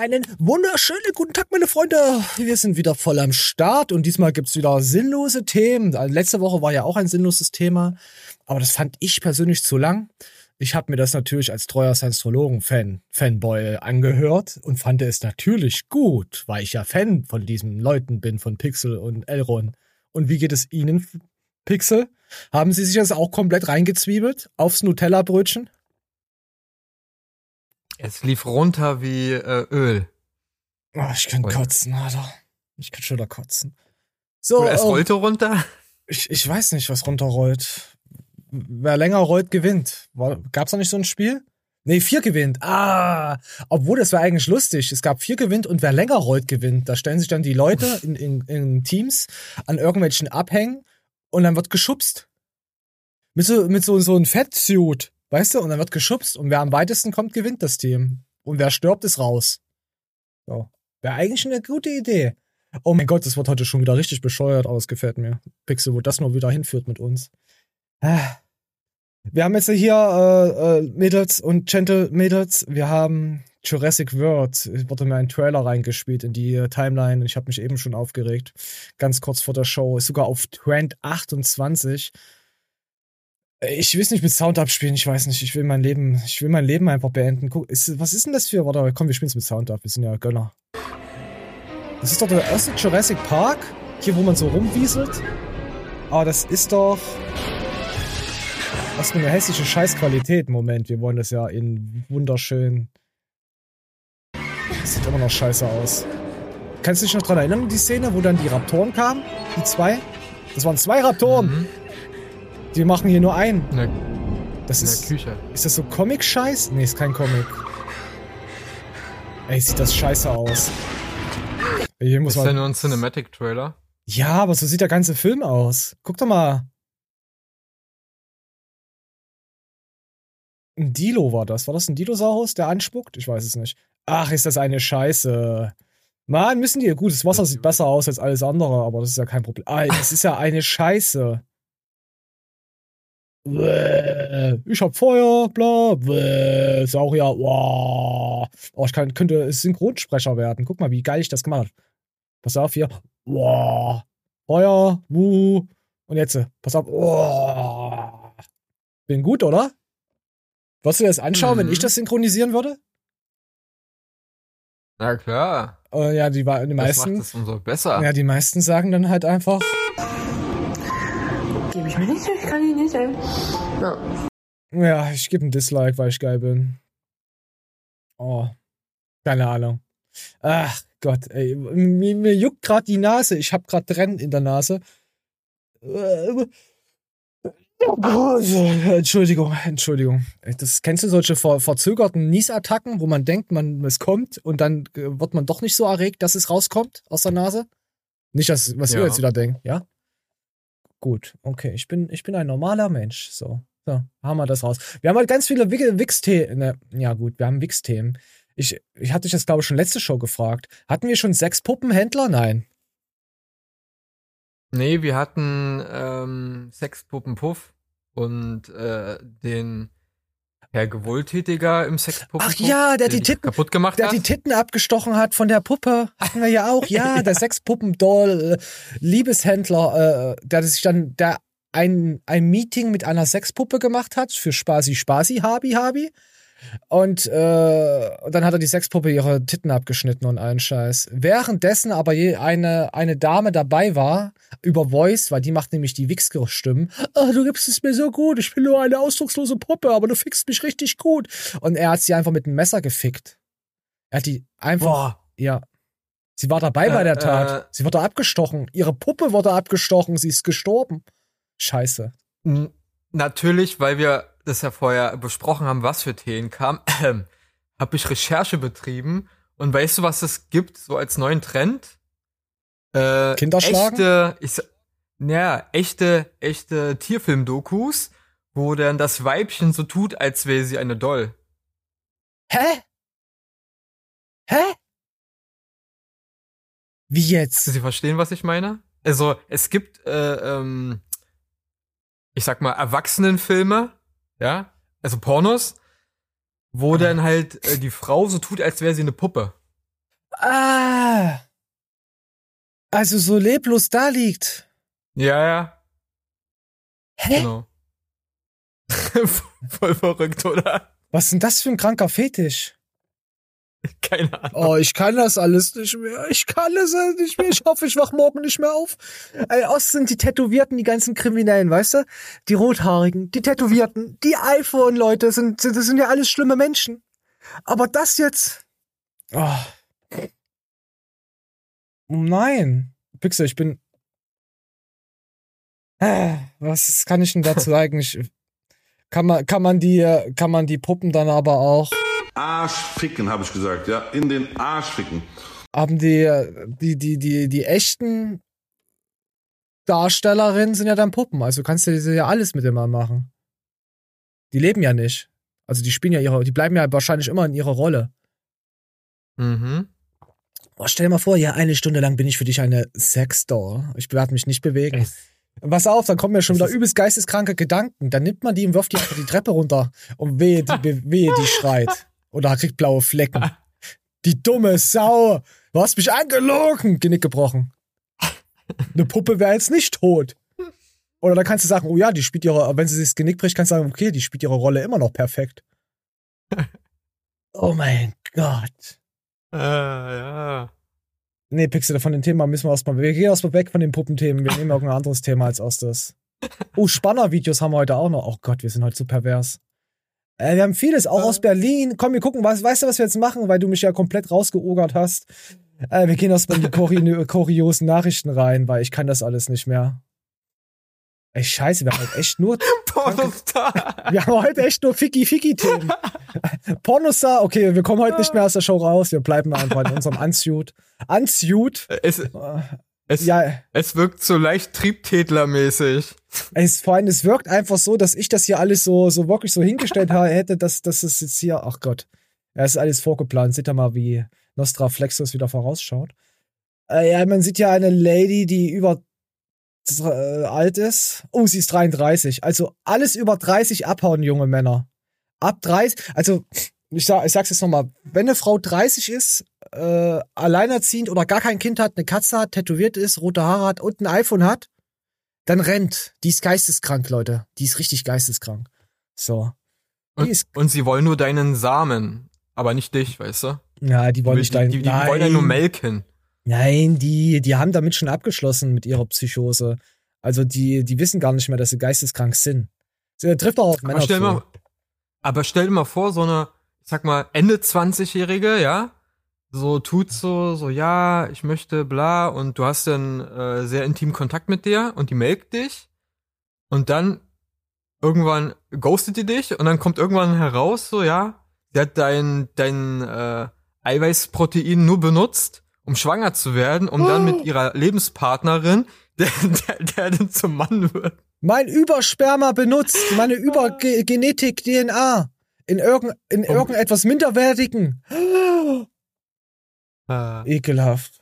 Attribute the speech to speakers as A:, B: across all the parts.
A: Einen wunderschönen guten Tag, meine Freunde. Wir sind wieder voll am Start und diesmal gibt's wieder sinnlose Themen. Letzte Woche war ja auch ein sinnloses Thema, aber das fand ich persönlich zu lang. Ich habe mir das natürlich als treuer Science-Trologen-Fanboy angehört und fand es natürlich gut, weil ich ja Fan von diesen Leuten bin, von Pixel und Elrond. Und wie geht es Ihnen, Pixel? Haben Sie sich das auch komplett reingezwiebelt aufs Nutella-Brötchen?
B: Es lief runter wie Öl.
A: Oh, ich kann kotzen, Alter. Ich kann schon da kotzen. So,
B: oder es rollte runter?
A: Ich weiß nicht, was runterrollt. Wer länger rollt, gewinnt. Gab's da nicht so ein Spiel? Nee, 4 gewinnt. Obwohl, das wäre eigentlich lustig. Es gab 4 gewinnt und wer länger rollt, gewinnt. Da stellen sich dann die Leute in Teams an irgendwelchen Abhängen und dann wird geschubst. Mit so einem Fettsuit. Weißt du, und dann wird geschubst und wer am weitesten kommt, gewinnt das Team. Und wer stirbt, ist raus. So. Wäre eigentlich eine gute Idee. Oh mein Gott, das wird heute schon wieder richtig bescheuert, aber es gefällt mir. Pixel, wo das nur wieder hinführt mit uns. Wir haben jetzt hier Mädels und Gentle-Mädels, wir haben Jurassic World. Es wurde mir ein Trailer reingespielt in die Timeline und ich habe mich eben schon aufgeregt. Ganz kurz vor der Show. Ist sogar auf Trend 28. Ich will es nicht mit Sound abspielen, ich weiß nicht, ich will mein Leben einfach beenden. Guck, was ist denn das für? Warte, komm, wir spielen es mit Sound ab, wir sind ja Gönner. Das ist doch der erste Jurassic Park, hier wo man so rumwieselt. Aber das ist doch... Was für eine hässliche Scheißqualität. Moment, wir wollen das ja in wunderschön... Das sieht immer noch scheiße aus. Kannst du dich noch dran erinnern, die Szene, wo dann die Raptoren kamen? Die 2? Das waren 2 Raptoren! Mhm. Die machen hier nur einen.
B: In der
A: Küche. Ist das so Comic-Scheiß? Nee, ist kein Comic. Ey, sieht das scheiße aus. Hier muss
B: ist ja nur ein Cinematic-Trailer.
A: Ja, aber so sieht der ganze Film aus. Guck doch mal. Ein Dilo war das. War das ein Dinosaurus, der anspuckt? Ich weiß es nicht. Ach, ist das eine Scheiße. Mann, müssen die... Gut, das Wasser sieht besser aus als alles andere, aber das ist ja kein Problem. Das ist ja eine Scheiße. Ich hab Feuer, bla, Saurier, wow. Oh, könnte Synchronsprecher werden. Guck mal, wie geil ich das gemacht habe. Pass auf hier. Wow. Feuer, wuh. Und jetzt, pass auf. Wow. Bin gut, oder? Würdest du dir das anschauen, wenn ich das synchronisieren würde?
B: Na klar.
A: Ja, die meisten.
B: Das macht es umso besser.
A: Ja, die meisten sagen dann halt einfach.
C: Gebe ich mir nicht, ich kann ihn nicht, ey.
A: Ja, ich gebe ein Dislike, weil ich geil bin. Oh, keine Ahnung. Ach Gott, ey, mir juckt gerade die Nase. Ich habe gerade Brennen in der Nase. Entschuldigung. Kennst du solche verzögerten Niesattacken, wo man denkt, es kommt und dann wird man doch nicht so erregt, dass es rauskommt aus der Nase? Nicht, was ihr jetzt wieder denkt, ja? Gut, okay, ich bin ein normaler Mensch. So, haben wir das raus. Wir haben halt ganz viele Wix-Themen. Ja gut, wir haben Wix-Themen. Ich hatte dich das, glaube ich, schon letzte Show gefragt. Hatten wir schon Sexpuppenhändler? Nein.
B: Nee, wir hatten Sexpuppenpuff und den Herr Gewalttätiger im Sexpuppenpuff.
A: Ach ja, der die Titten
B: kaputt gemacht
A: der
B: hat.
A: Die Titten abgestochen hat von der Puppe. Hatten wir ja auch. Ja, der Sexpuppendoll Liebeshändler, der sich dann ein Meeting mit einer Sexpuppe gemacht hat für Spazi, Habi. Und dann hat er die Sexpuppe ihre Titten abgeschnitten und allen Scheiß. Währenddessen aber eine Dame dabei war, über Voice, weil die macht nämlich die Wix-Stimmen. Oh, du gibst es mir so gut, ich bin nur eine ausdruckslose Puppe, aber du fickst mich richtig gut. Und er hat sie einfach mit einem Messer gefickt. Er hat die einfach... Boah. Ja. Sie war dabei bei der Tat. Sie wurde abgestochen. Ihre Puppe wurde abgestochen. Sie ist gestorben. Scheiße.
B: Natürlich, weil wir das ja vorher besprochen haben, was für Themen kam, habe ich Recherche betrieben. Und weißt du, was es gibt, so als neuen Trend?
A: Kinderschlagen?
B: Echte Tierfilm-Dokus, wo dann das Weibchen so tut, als wäre sie eine Doll.
A: Hä? Wie jetzt?
B: Sie verstehen, was ich meine? Also, es gibt, ich sag mal, Erwachsenenfilme, ja, also Pornos, wo dann halt die Frau so tut, als wäre sie eine Puppe.
A: Ah. Also so leblos da liegt.
B: Ja.
A: Hä?
B: Genau. Voll verrückt, oder?
A: Was ist denn das für ein kranker Fetisch?
B: Keine Ahnung.
A: Oh, ich kann das alles nicht mehr. Ich hoffe, ich wach morgen nicht mehr auf. Ey, Ost sind die Tätowierten, die ganzen Kriminellen, weißt du? Die Rothaarigen, die Tätowierten, die iPhone-Leute, das sind ja alles schlimme Menschen. Aber das jetzt... Oh. Nein. Pixel, ich bin... Was kann ich denn dazu eigentlich... Kann man die Puppen dann aber auch...
D: Arsch ficken, habe ich gesagt, ja. In den Arsch ficken.
A: Haben die echten Darstellerinnen sind ja dann Puppen, also kannst du ja alles mit denen machen. Die leben ja nicht. Also die bleiben ja wahrscheinlich immer in ihrer Rolle.
B: Mhm.
A: Oh, stell dir mal vor, ja, 1 Stunde lang bin ich für dich eine Sexdoll. Ich werde mich nicht bewegen. Pass auf, dann kommen mir schon wieder übelst geisteskranke Gedanken. Dann nimmt man die und wirft die einfach die Treppe runter. Und wehe, die schreit. Oder kriegt blaue Flecken. Die dumme Sau. Du hast mich angelogen. Genick gebrochen. Eine Puppe wäre jetzt nicht tot. Oder dann kannst du sagen, oh ja, die spielt wenn sie sich das Genick bricht, kannst du sagen, okay, die spielt ihre Rolle immer noch perfekt. Oh mein Gott.
B: Ja.
A: Nee, Pixel, von dem Thema müssen wir gehen erstmal weg von den Puppenthemen. Wir nehmen irgendein anderes Thema als erstes. Oh, Spanner-Videos haben wir heute auch noch. Oh Gott, wir sind heute so pervers. Wir haben vieles, auch aus Berlin. Komm, wir gucken, weißt du, was wir jetzt machen, weil du mich ja komplett rausgeogert hast. Wir gehen erstmal in die kuriosen Nachrichten rein, weil ich kann das alles nicht mehr. Ey, scheiße, wir haben heute echt nur...
B: Pornostar.
A: Wir haben heute echt nur Ficky-Themen. Pornostar, okay, wir kommen heute nicht mehr aus der Show raus. Wir bleiben einfach in unserem Unsuit.
B: Es wirkt so leicht Triebtätlermäßig.
A: Es wirkt einfach so, dass ich das hier alles so wirklich so hingestellt hätte, dass es jetzt hier, ach Gott, ja, ist alles vorgeplant. Seht ihr mal, wie Nostraflexus wieder vorausschaut. Ja, man sieht ja eine Lady, die über alt ist. Oh, sie ist 33. Also alles über 30 abhauen, junge Männer. Ab 30, also ich sag's jetzt nochmal, wenn eine Frau 30 ist, alleinerziehend oder gar kein Kind hat, eine Katze hat, tätowiert ist, rote Haare hat und ein iPhone hat, dann rennt. Die ist geisteskrank, Leute. Die ist richtig geisteskrank. So.
B: Und sie wollen nur deinen Samen, aber nicht dich, weißt du?
A: Ja, die wollen nicht deinen...
B: Die wollen ja nur melken.
A: Nein, die haben damit schon abgeschlossen mit ihrer Psychose. Also die wissen gar nicht mehr, dass sie geisteskrank sind. Sie trifft auch auf Männer zu.
B: Aber stell dir mal vor, so eine, ich sag mal, Ende 20-Jährige, ja, so tut so, ja, ich möchte bla, und du hast dann sehr intimen Kontakt mit der und die melkt dich und dann irgendwann ghostet die dich und dann kommt irgendwann heraus, so, ja, sie hat dein Eiweißprotein nur benutzt, um schwanger zu werden, um dann mit ihrer Lebenspartnerin, der dann zum Mann wird.
A: Mein Übersperma benutzt, meine Übergenetik, DNA, in irgendetwas Minderwertigen. Ekelhaft.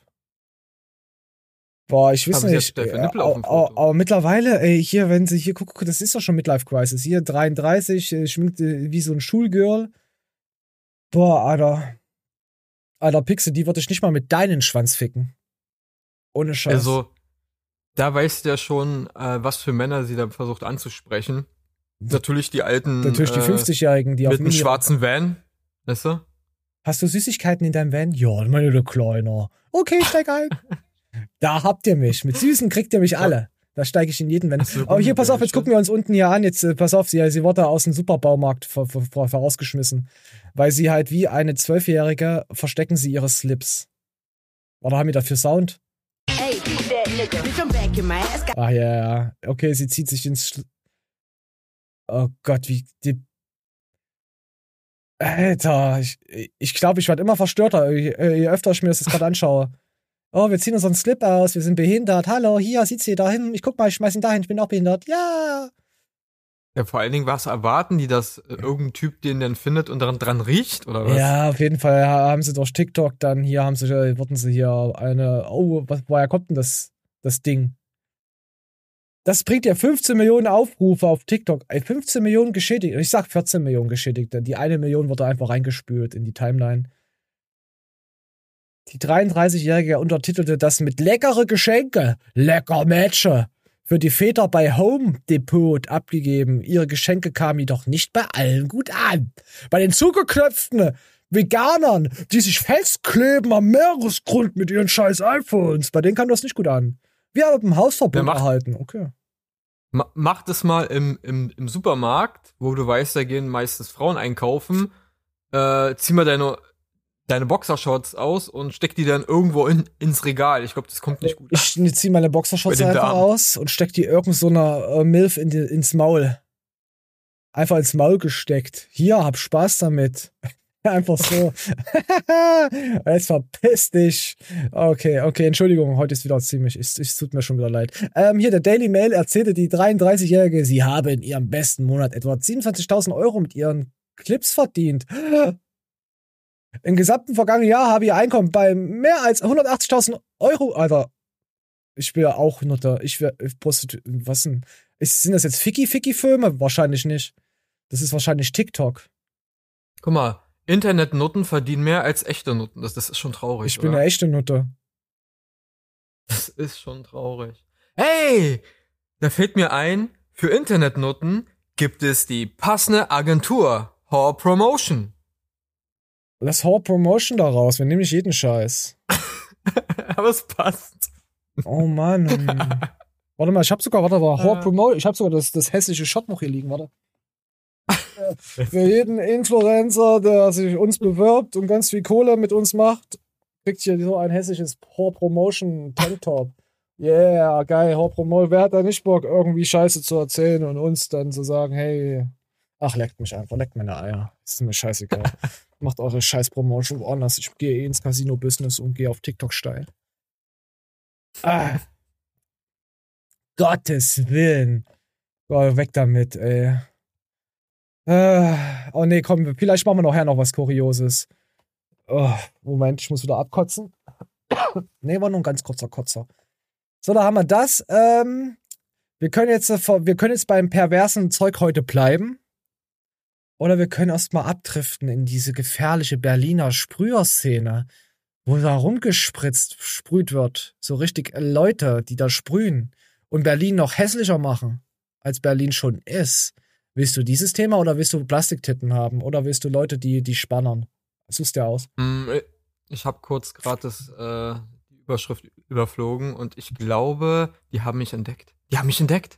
A: Boah, ich weiß nicht. Aber mittlerweile, ey, hier, wenn sie hier, guck, das ist doch schon Midlife Crisis. Hier, 33, schminkt wie so ein Schulgirl. Boah, Alter, Pixel, die würde ich nicht mal mit deinen Schwanz ficken. Ohne Scheiß.
B: Also, da weißt du ja schon, was für Männer sie da versucht anzusprechen. Natürlich die alten.
A: Natürlich die 50-Jährigen, die
B: mit
A: auf
B: einem schwarzen Van, weißt du?
A: Hast du Süßigkeiten in deinem Van? Ja, meine du Kleiner. Okay, steig ein. Da habt ihr mich. Mit Süßen kriegt ihr mich alle. Da steige ich in jeden Van. Aber hier, pass auf, jetzt gucken wir uns unten hier an. Jetzt, pass auf, sie wurde aus dem Superbaumarkt vorausgeschmissen. Weil sie halt wie eine 12-Jährige verstecken sie ihre Slips. Oder haben wir dafür Sound? Ah, ja. Okay, sie zieht sich ins... Oh Gott, wie... Alter, ich glaube, ich werde immer verstörter, je öfter ich mir das gerade anschaue. Oh, wir ziehen unseren Slip aus, wir sind behindert. Hallo, hier, sieht sie da hin. Ich guck mal, ich schmeiß ihn dahin, ich bin auch behindert. Ja.
B: Ja, vor allen Dingen, was erwarten die, dass irgendein Typ den dann findet und dran riecht, oder was?
A: Ja, auf jeden Fall haben sie durch TikTok dann hier, wurden sie hier woher kommt denn das Ding? Das bringt ja 15 Millionen Aufrufe auf TikTok. 15 Millionen geschädigt. Ich sag 14 Millionen Geschädigte. Die 1 Million wurde einfach reingespült in die Timeline. Die 33-Jährige untertitelte das mit leckere Geschenke, lecker Matche, für die Väter bei Home Depot abgegeben. Ihre Geschenke kamen jedoch nicht bei allen gut an. Bei den zugeknöpften Veganern, die sich festkleben am Meeresgrund mit ihren scheiß iPhones, bei denen kam das nicht gut an. Wir haben ein Hausverbot erhalten. Okay.
B: Mach das mal im Supermarkt, wo du weißt, da gehen meistens Frauen einkaufen. Zieh mal deine Boxershorts aus und steck die dann irgendwo ins Regal. Ich glaube, das kommt nicht gut.
A: Ich zieh meine Boxershorts einfach aus und steck die irgend so einer Milf ins Maul. Einfach ins Maul gesteckt. Hier, hab Spaß damit. Einfach so. Jetzt verpiss dich. Okay, Entschuldigung, heute ist wieder ziemlich, es tut mir schon wieder leid. Hier, der Daily Mail erzählte die 33-Jährige, sie habe in ihrem besten Monat etwa 27.000 Euro mit ihren Clips verdient. Im gesamten vergangenen Jahr habe ihr Einkommen bei mehr als 180.000 Euro, Alter. Ich will ja auch Nutter. Was denn? Sind das jetzt Ficky-Filme? Wahrscheinlich nicht. Das ist wahrscheinlich TikTok.
B: Guck mal. Internetnutten verdienen mehr als echte Nutten. Das ist schon traurig.
A: Ich bin eine echte Nutte.
B: Das ist schon traurig. Hey! Da fällt mir ein, für Internetnutten gibt es die passende Agentur. Whore Promotion.
A: Lass Whore Promotion da raus. Wir nehmen nicht jeden Scheiß.
B: Aber es passt.
A: Oh Mann. Warte mal, ich habe sogar Whore Promotion. Ich habe sogar das hässliche Shot noch hier liegen. Warte. Für jeden Influencer, der sich uns bewirbt und ganz viel Kohle mit uns macht, kriegt hier so ein hässliches Whore Promotion Tanktop. Yeah, geil, Whore Promotion. Wer hat da nicht Bock, irgendwie Scheiße zu erzählen und uns dann zu sagen, hey, ach, leckt mich einfach, leckt meine Eier. Ist mir scheißegal. Macht eure scheiß Promotion woanders. Ich gehe ins Casino-Business und gehe auf TikTok steil. Gottes Willen. Oh, weg damit, ey. Oh nee, komm, vielleicht machen wir nachher noch was Kurioses. Oh, Moment, ich muss wieder abkotzen. Nee, war nur ein ganz kurzer Kotzer. So, da haben wir das. Wir können jetzt beim perversen Zeug heute bleiben. Oder wir können erstmal abdriften in diese gefährliche Berliner Sprüherszene, wo da rumgesprüht wird. So richtig Leute, die da sprühen und Berlin noch hässlicher machen, als Berlin schon ist. Willst du dieses Thema oder willst du Plastiktitten haben? Oder willst du Leute, die spannern? Suchst dir aus.
B: Ich habe kurz gerade die Überschrift überflogen und ich glaube, die haben mich entdeckt. Die haben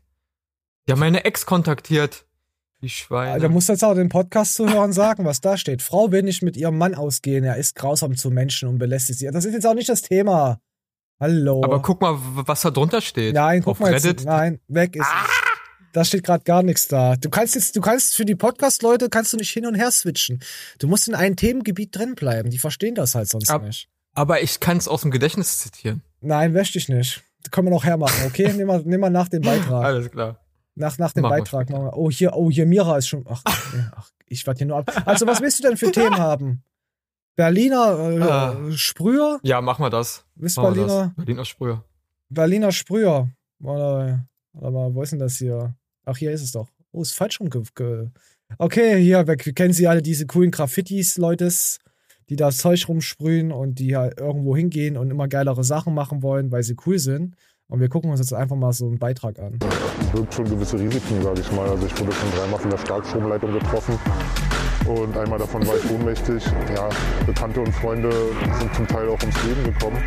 B: meine Ex kontaktiert. Die Schweine.
A: Da musst du jetzt auch den Podcast-Zuhörern sagen, was da steht. Frau will nicht mit ihrem Mann ausgehen. Er ist grausam zu Menschen und belästigt sie. Das ist jetzt auch nicht das Thema. Hallo.
B: Aber guck mal, was da drunter steht.
A: Nein, guck mal jetzt. Nein, weg ist es. Da steht gerade gar nichts da. Du kannst für die Podcast-Leute kannst du nicht hin und her switchen. Du musst in einem Themengebiet drin bleiben. Die verstehen das halt sonst nicht.
B: Aber ich kann es aus dem Gedächtnis zitieren.
A: Nein, wäsch dich nicht. Das können wir noch hermachen, okay? Nimm mal nach dem Beitrag.
B: Alles klar.
A: Nach dem Beitrag machen wir. Oh, hier Mira ist schon. Ach, ich warte hier nur ab. Also, was willst du denn für Themen haben? Berliner Sprüher?
B: Ja, mach mal das. Berliner Sprüher.
A: Berliner Sprüher. Warte mal, wo ist denn das hier? Ach, hier ist es doch. Oh, ist falsch rum. Okay, hier, wir kennen sie alle, diese coolen Graffitis, Leute, die da Zeug rumsprühen und die halt irgendwo hingehen und immer geilere Sachen machen wollen, weil sie cool sind. Und wir gucken uns jetzt einfach mal so einen Beitrag an.
E: Birgt schon gewisse Risiken, sage ich mal. Also ich wurde schon 3-mal von der Starkstromleitung getroffen und einmal davon war ich ohnmächtig. Ja, Bekannte und Freunde sind zum Teil auch ums Leben gekommen.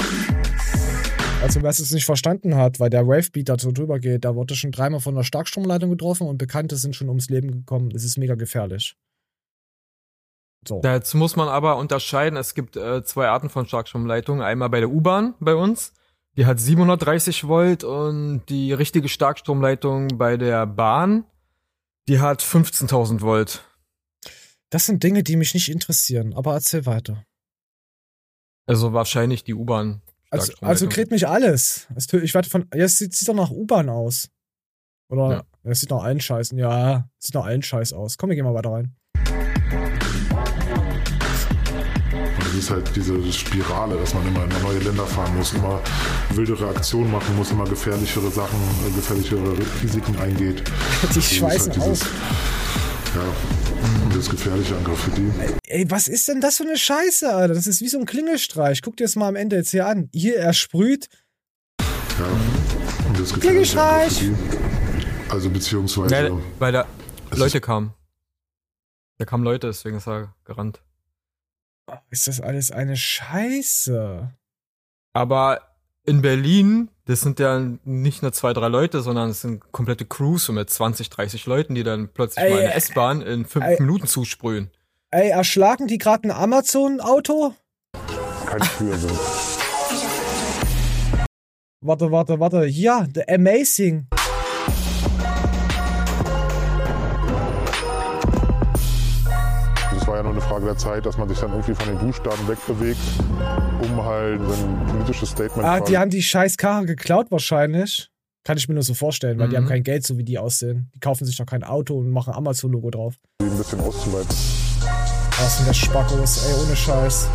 A: Also wer es nicht verstanden hat, weil der Wavebeat da so drüber geht, da wurde schon 3-mal von der Starkstromleitung getroffen und Bekannte sind schon ums Leben gekommen. Das ist mega gefährlich. So.
B: Dazu muss man aber unterscheiden, es gibt 2 Arten von Starkstromleitungen. Einmal bei der U-Bahn bei uns, die hat 730 Volt und die richtige Starkstromleitung bei der Bahn, die hat 15.000 Volt.
A: Das sind Dinge, die mich nicht interessieren, aber erzähl weiter.
B: Also wahrscheinlich die U-Bahn.
A: Also kräht mich alles. Ich werde es sieht doch nach U-Bahn aus. Oder? Ja. Es sieht nach allen Scheiß. Ja, sieht nach allen Scheiß aus. Komm, wir gehen mal weiter rein.
E: Das ist halt diese Spirale, dass man immer in neue Länder fahren muss, immer wildere Aktionen machen muss, immer gefährlichere Sachen, gefährlichere Risiken eingeht.
A: Die schweißen
E: halt
A: aus.
E: Ja, und das ist gefährlicher an Graffiti.
A: Ey, was ist denn das für eine Scheiße, Alter? Das ist wie so ein Klingelstreich. Guck dir das mal am Ende jetzt hier an. Hier, er sprüht.
E: Ja, und das ist gefährlicher
A: Klingelstreich!
E: an Graffiti. Also beziehungsweise...
B: Ja, weil da Leute kamen. Da kamen Leute, deswegen ist er gerannt.
A: Ist das alles eine Scheiße?
B: Aber in Berlin, das sind ja nicht nur 2, 3 Leute, sondern es sind komplette Crews so mit 20, 30 Leuten, die dann plötzlich mal in der S-Bahn in 5 Minuten zusprühen.
A: Ey, erschlagen die gerade ein Amazon-Auto?
E: Kein Spür sind.
A: Warte. Ja, The Amazing.
E: Das war ja nur eine Frage der Zeit, dass man sich dann irgendwie von den Buchstaben wegbewegt, um halt ein politisches Statement
A: Die haben die scheiß Karre geklaut wahrscheinlich. Kann ich mir nur so vorstellen, weil die haben kein Geld, so wie die aussehen. Die kaufen sich doch kein Auto und machen Amazon-Logo drauf.
E: ein bisschen auszuweiten.
A: Was sind das Spackos, ey, ohne Scheiß.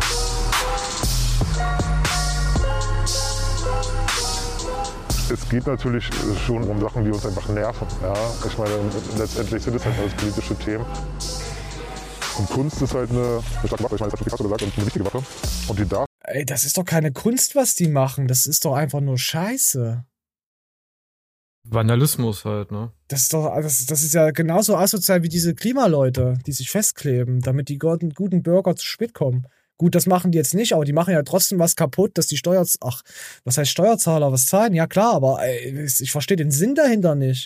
E: Es geht natürlich schon um Sachen, die uns einfach nerven. Ja? Ich meine, letztendlich sind es halt alles politische Themen. Und Kunst ist halt eine starke Waffe, ich meine, das hat Picasso gesagt, und eine wichtige Waffe. Und die darf...
A: Ey, das ist doch keine Kunst, was die machen. Das ist doch einfach nur Scheiße.
B: Vandalismus halt, ne?
A: Das ist ja genauso asozial wie diese Klimaleute, die sich festkleben, damit die guten Bürger zu spät kommen. Gut, das machen die jetzt nicht, aber die machen ja trotzdem was kaputt, dass die was heißt Steuerzahler was zahlen? Ja klar, aber ey, ich verstehe den Sinn dahinter nicht.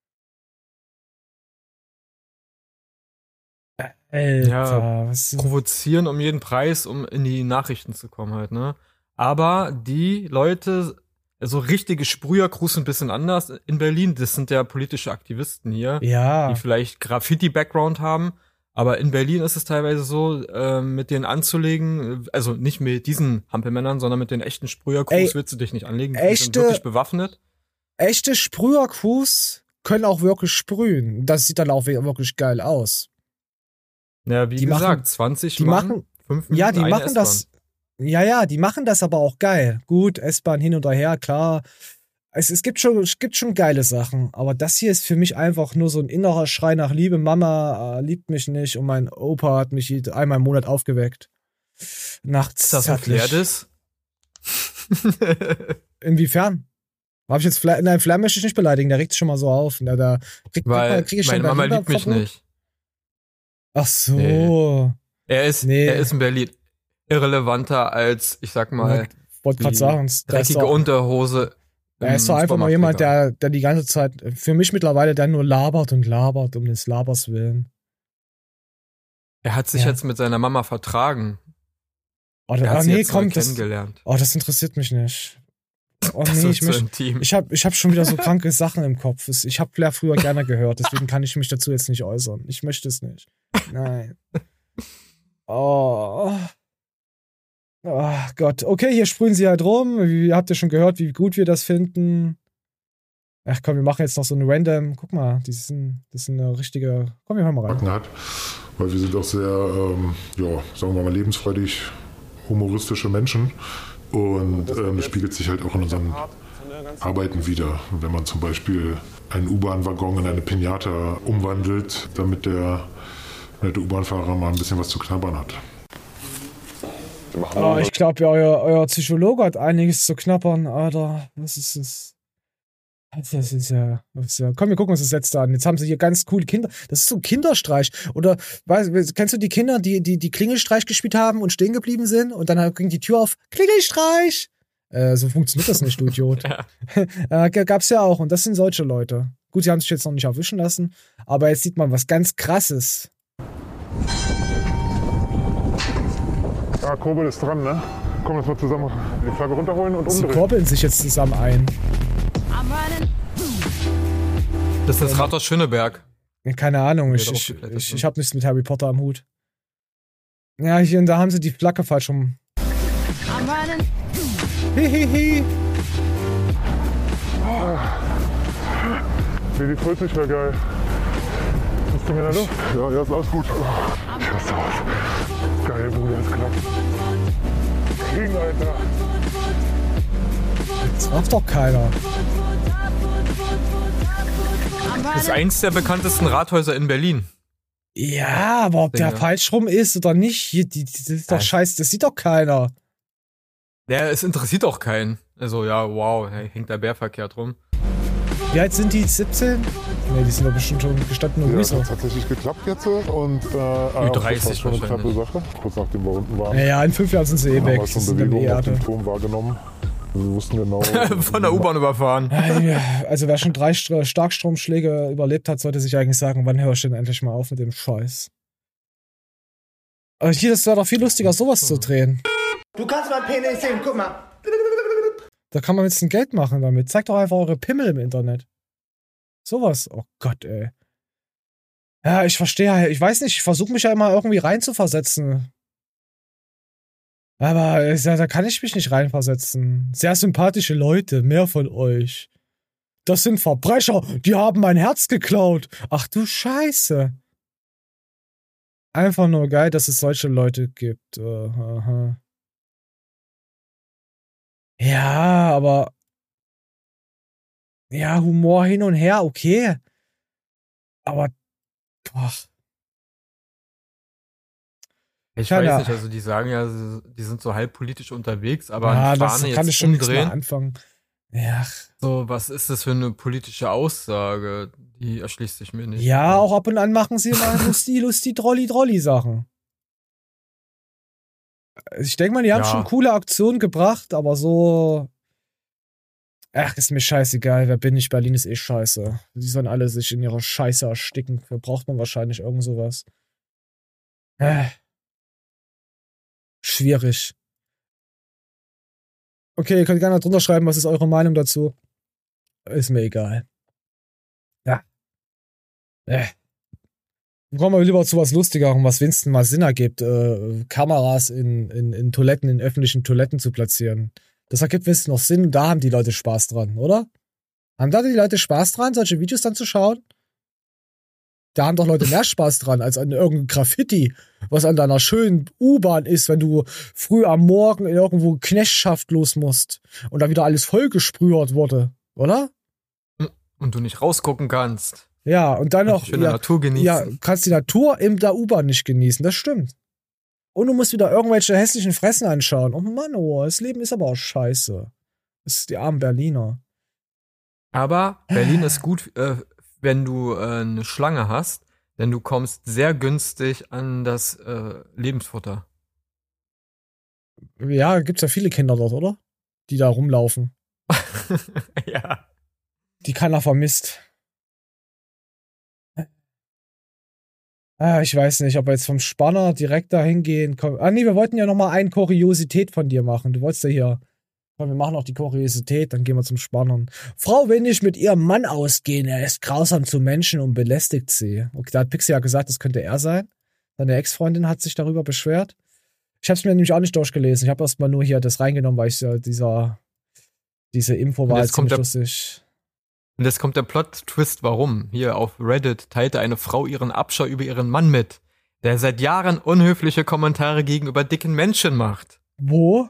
A: Alter,
B: Ja,
A: was
B: provozieren um jeden Preis, um in die Nachrichten zu kommen halt, ne? Aber die Leute, also richtige Sprüher-Crews sind ein bisschen anders in Berlin. Das sind ja politische Aktivisten hier,
A: ja.
B: die vielleicht Graffiti-Background haben. Aber in Berlin ist es teilweise so, mit denen anzulegen, also nicht mit diesen Hampelmännern, sondern mit den echten Sprüher-Crews willst du dich nicht anlegen. Die sind wirklich bewaffnet.
A: Echte Sprüher-Crews können auch wirklich sprühen. Das sieht dann auch wirklich geil aus.
B: Ja, wie gesagt, 20 Mann, 5 Minuten,
A: ja, die machen
B: S-Bahn.
A: das. Ja, die machen das aber auch geil. Gut, S-Bahn hin und her, klar. Es gibt schon geile Sachen, aber das hier ist für mich einfach nur so ein innerer Schrei nach Liebe. Mama liebt mich nicht und mein Opa hat mich einmal im Monat aufgeweckt. Nachts.
B: Ist das ein Flair-Diss?
A: Inwiefern? Nein, Flair möchte ich nicht beleidigen, der regt sich schon mal so auf. Da krieg ich
B: meine Mama liebt mich
A: Verbot?
B: nicht.
A: Ach so. Nee.
B: Er ist in Berlin irrelevanter als, ich sag mal,
A: wollte gerade sagen,
B: dreckige Unterhose.
A: Er ist doch einfach nur jemand, der die ganze Zeit, für mich mittlerweile, der nur labert und labert, um des Labers willen.
B: Er hat sich jetzt mit seiner Mama vertragen.
A: Er hat sie jetzt
B: kennengelernt.
A: Das interessiert mich nicht. Oh
B: das
A: nee,
B: ich
A: hab schon wieder so kranke Sachen im Kopf. Ich habe Flair früher gerne gehört, deswegen kann ich mich dazu jetzt nicht äußern. Ich möchte es nicht. Nein. Oh Gott. Okay, hier sprühen sie halt rum. Habt ihr schon gehört, wie gut wir das finden? Ach komm, wir machen jetzt noch so eine random. Guck mal, das ist eine richtige. Komm, wir hören mal rein.
E: Hat, weil wir sind auch sehr, sagen wir mal, lebensfreudig humoristische Menschen. Und das spiegelt sich halt auch in unseren Arbeiten wieder. Wenn man zum Beispiel einen U-Bahn-Waggon in eine Pinata umwandelt, damit der nette U-Bahn-Fahrer mal ein bisschen was zu knabbern hat.
A: Ich glaube, euer Psychologe hat einiges zu knabbern, Alter. Das ist ja. Komm, wir gucken uns das letzte an. Jetzt haben sie hier ganz coole Kinder. Das ist so ein Kinderstreich. Oder kennst du die Kinder, die Klingelstreich gespielt haben und stehen geblieben sind? Und dann ging die Tür auf. Klingelstreich! So funktioniert das nicht, du Idiot. Gab's ja auch. Und das sind solche Leute. Gut, sie haben sich jetzt noch nicht erwischen lassen. Aber jetzt sieht man was ganz Krasses.
E: Ja, Kurbel ist dran, ne? Komm, lass mal zusammen die Flagge runterholen und umdrehen.
A: Sie kurbeln sich jetzt zusammen ein.
B: Das ist das Rathaus Schöneberg.
A: Keine Ahnung, ich habe nichts mit Harry Potter am Hut. Ja, hier und da haben sie die Flagge falsch rum. Hihihi.
E: Die Puls nicht mehr geil. Bist du mir in der Luft? Ja, ist alles gut. Ich hasse aus. Geil, Bruder, das klappt. Kriegen, Alter.
A: Das macht doch keiner.
B: Das ist eins der bekanntesten Rathäuser in Berlin.
A: Ja, aber ob der falsch rum ist oder nicht, hier, das ist doch scheiße, das sieht doch keiner.
B: Ja, es interessiert auch keinen. Also, ja, wow, hängt der Bär verkehrt rum.
A: Wie alt sind die? 17? Ne, die sind doch bestimmt schon gestandene
E: Ja,
A: Grüße.
E: hat tatsächlich geklappt jetzt und
B: 30
E: das war schon eine knappe
B: wahrscheinlich.
E: Sache. Kurz nachdem wir unten waren,
A: Ja, in 5 Jahren sind sie eh
E: haben
A: weg.
E: wir
A: Die
E: schon
A: sind dann
E: Bewegung
A: eh
E: auf dem
A: alle.
E: Turm wahrgenommen. Wir wussten genau.
B: Von der U-Bahn überfahren.
A: Also wer schon 3 Starkstromschläge überlebt hat, sollte sich eigentlich sagen, wann hörst du denn endlich mal auf mit dem Scheiß? Aber hier, das wäre doch viel lustiger, sowas zu drehen.
F: Du kannst mein Penis sehen, guck mal.
A: Da kann man ein bisschen Geld machen damit. Zeigt doch einfach eure Pimmel im Internet. Sowas. Oh Gott, ey. Ja, ich verstehe. Ich weiß nicht, ich versuche mich ja immer irgendwie reinzuversetzen. Aber da kann ich mich nicht reinversetzen. Sehr sympathische Leute, mehr von euch. Das sind Verbrecher, die haben mein Herz geklaut. Ach du Scheiße. Einfach nur geil, dass es solche Leute gibt. Aha. Ja, aber ja, Humor hin und her, okay. Aber boah.
B: Ich
A: Ja,
B: weiß
A: ja.
B: nicht, also die sagen ja, die sind so halb politisch unterwegs, aber
A: Ja,
B: an
A: das
B: Fahne
A: kann ich
B: jetzt
A: schon nichts mehr
B: umdrehen.
A: anfangen. Ja.
B: So, was ist das für eine politische Aussage? Die erschließt sich mir nicht.
A: Ja, auch ab und an machen sie mal lustig, Drolli-Drolli-Sachen. Ich denke mal, die haben
B: Ja.
A: schon coole Aktionen gebracht, aber so. Ach, ist mir scheißegal. Wer bin ich? Berlin ist eh scheiße. Die sollen alle sich in ihrer Scheiße ersticken. Da braucht man wahrscheinlich irgend sowas. Schwierig. Okay, ihr könnt gerne drunter schreiben, was ist eure Meinung dazu. Ist mir egal. Ja. Kommen wir lieber zu was Lustigerem, was Winston mal Sinn ergibt, Kameras in Toiletten, in öffentlichen Toiletten zu platzieren. Das ergibt Winston noch Sinn und da haben die Leute Spaß dran, oder? Haben da die Leute Spaß dran, solche Videos dann zu schauen? Da haben doch Leute mehr Spaß dran, als an irgendeinem Graffiti, was an deiner schönen U-Bahn ist, wenn du früh am Morgen in irgendwo Knechtschaft los musst und da wieder alles vollgesprüht wurde, oder?
B: Und du nicht rausgucken kannst.
A: Ja, und dann noch,
B: Die schöne Natur genießen.
A: ja, kannst die Natur in der U-Bahn nicht genießen, das stimmt. Und du musst wieder irgendwelche hässlichen Fressen anschauen. Oh Mann, oh, das Leben ist aber auch scheiße. Das ist die armen Berliner.
B: Aber Berlin ist gut, wenn du eine Schlange hast, denn du kommst sehr günstig an das Lebensfutter.
A: Ja, gibt's ja viele Kinder dort, oder? Die da rumlaufen.
B: Ja.
A: Die keiner vermisst. Ich weiß nicht, ob wir jetzt vom Spanner direkt da hingehen. Nee, wir wollten ja noch mal eine Kuriosität von dir machen. Du wolltest ja hier. Komm, wir machen noch die Kuriosität, dann gehen wir zum Spannern. Frau will nicht mit ihrem Mann ausgehen. Er ist grausam zu Menschen und belästigt sie. Okay, da hat Pixie ja gesagt, das könnte er sein. Seine Ex-Freundin hat sich darüber beschwert. Ich habe es mir nämlich auch nicht durchgelesen. Ich habe erst mal nur hier das reingenommen, weil ich ja diese Info war jetzt ziemlich lustig.
B: Und jetzt kommt der Plot-Twist, warum. Hier auf Reddit teilte eine Frau ihren Abscheu über ihren Mann mit, der seit Jahren unhöfliche Kommentare gegenüber dicken Menschen macht.
A: Wo?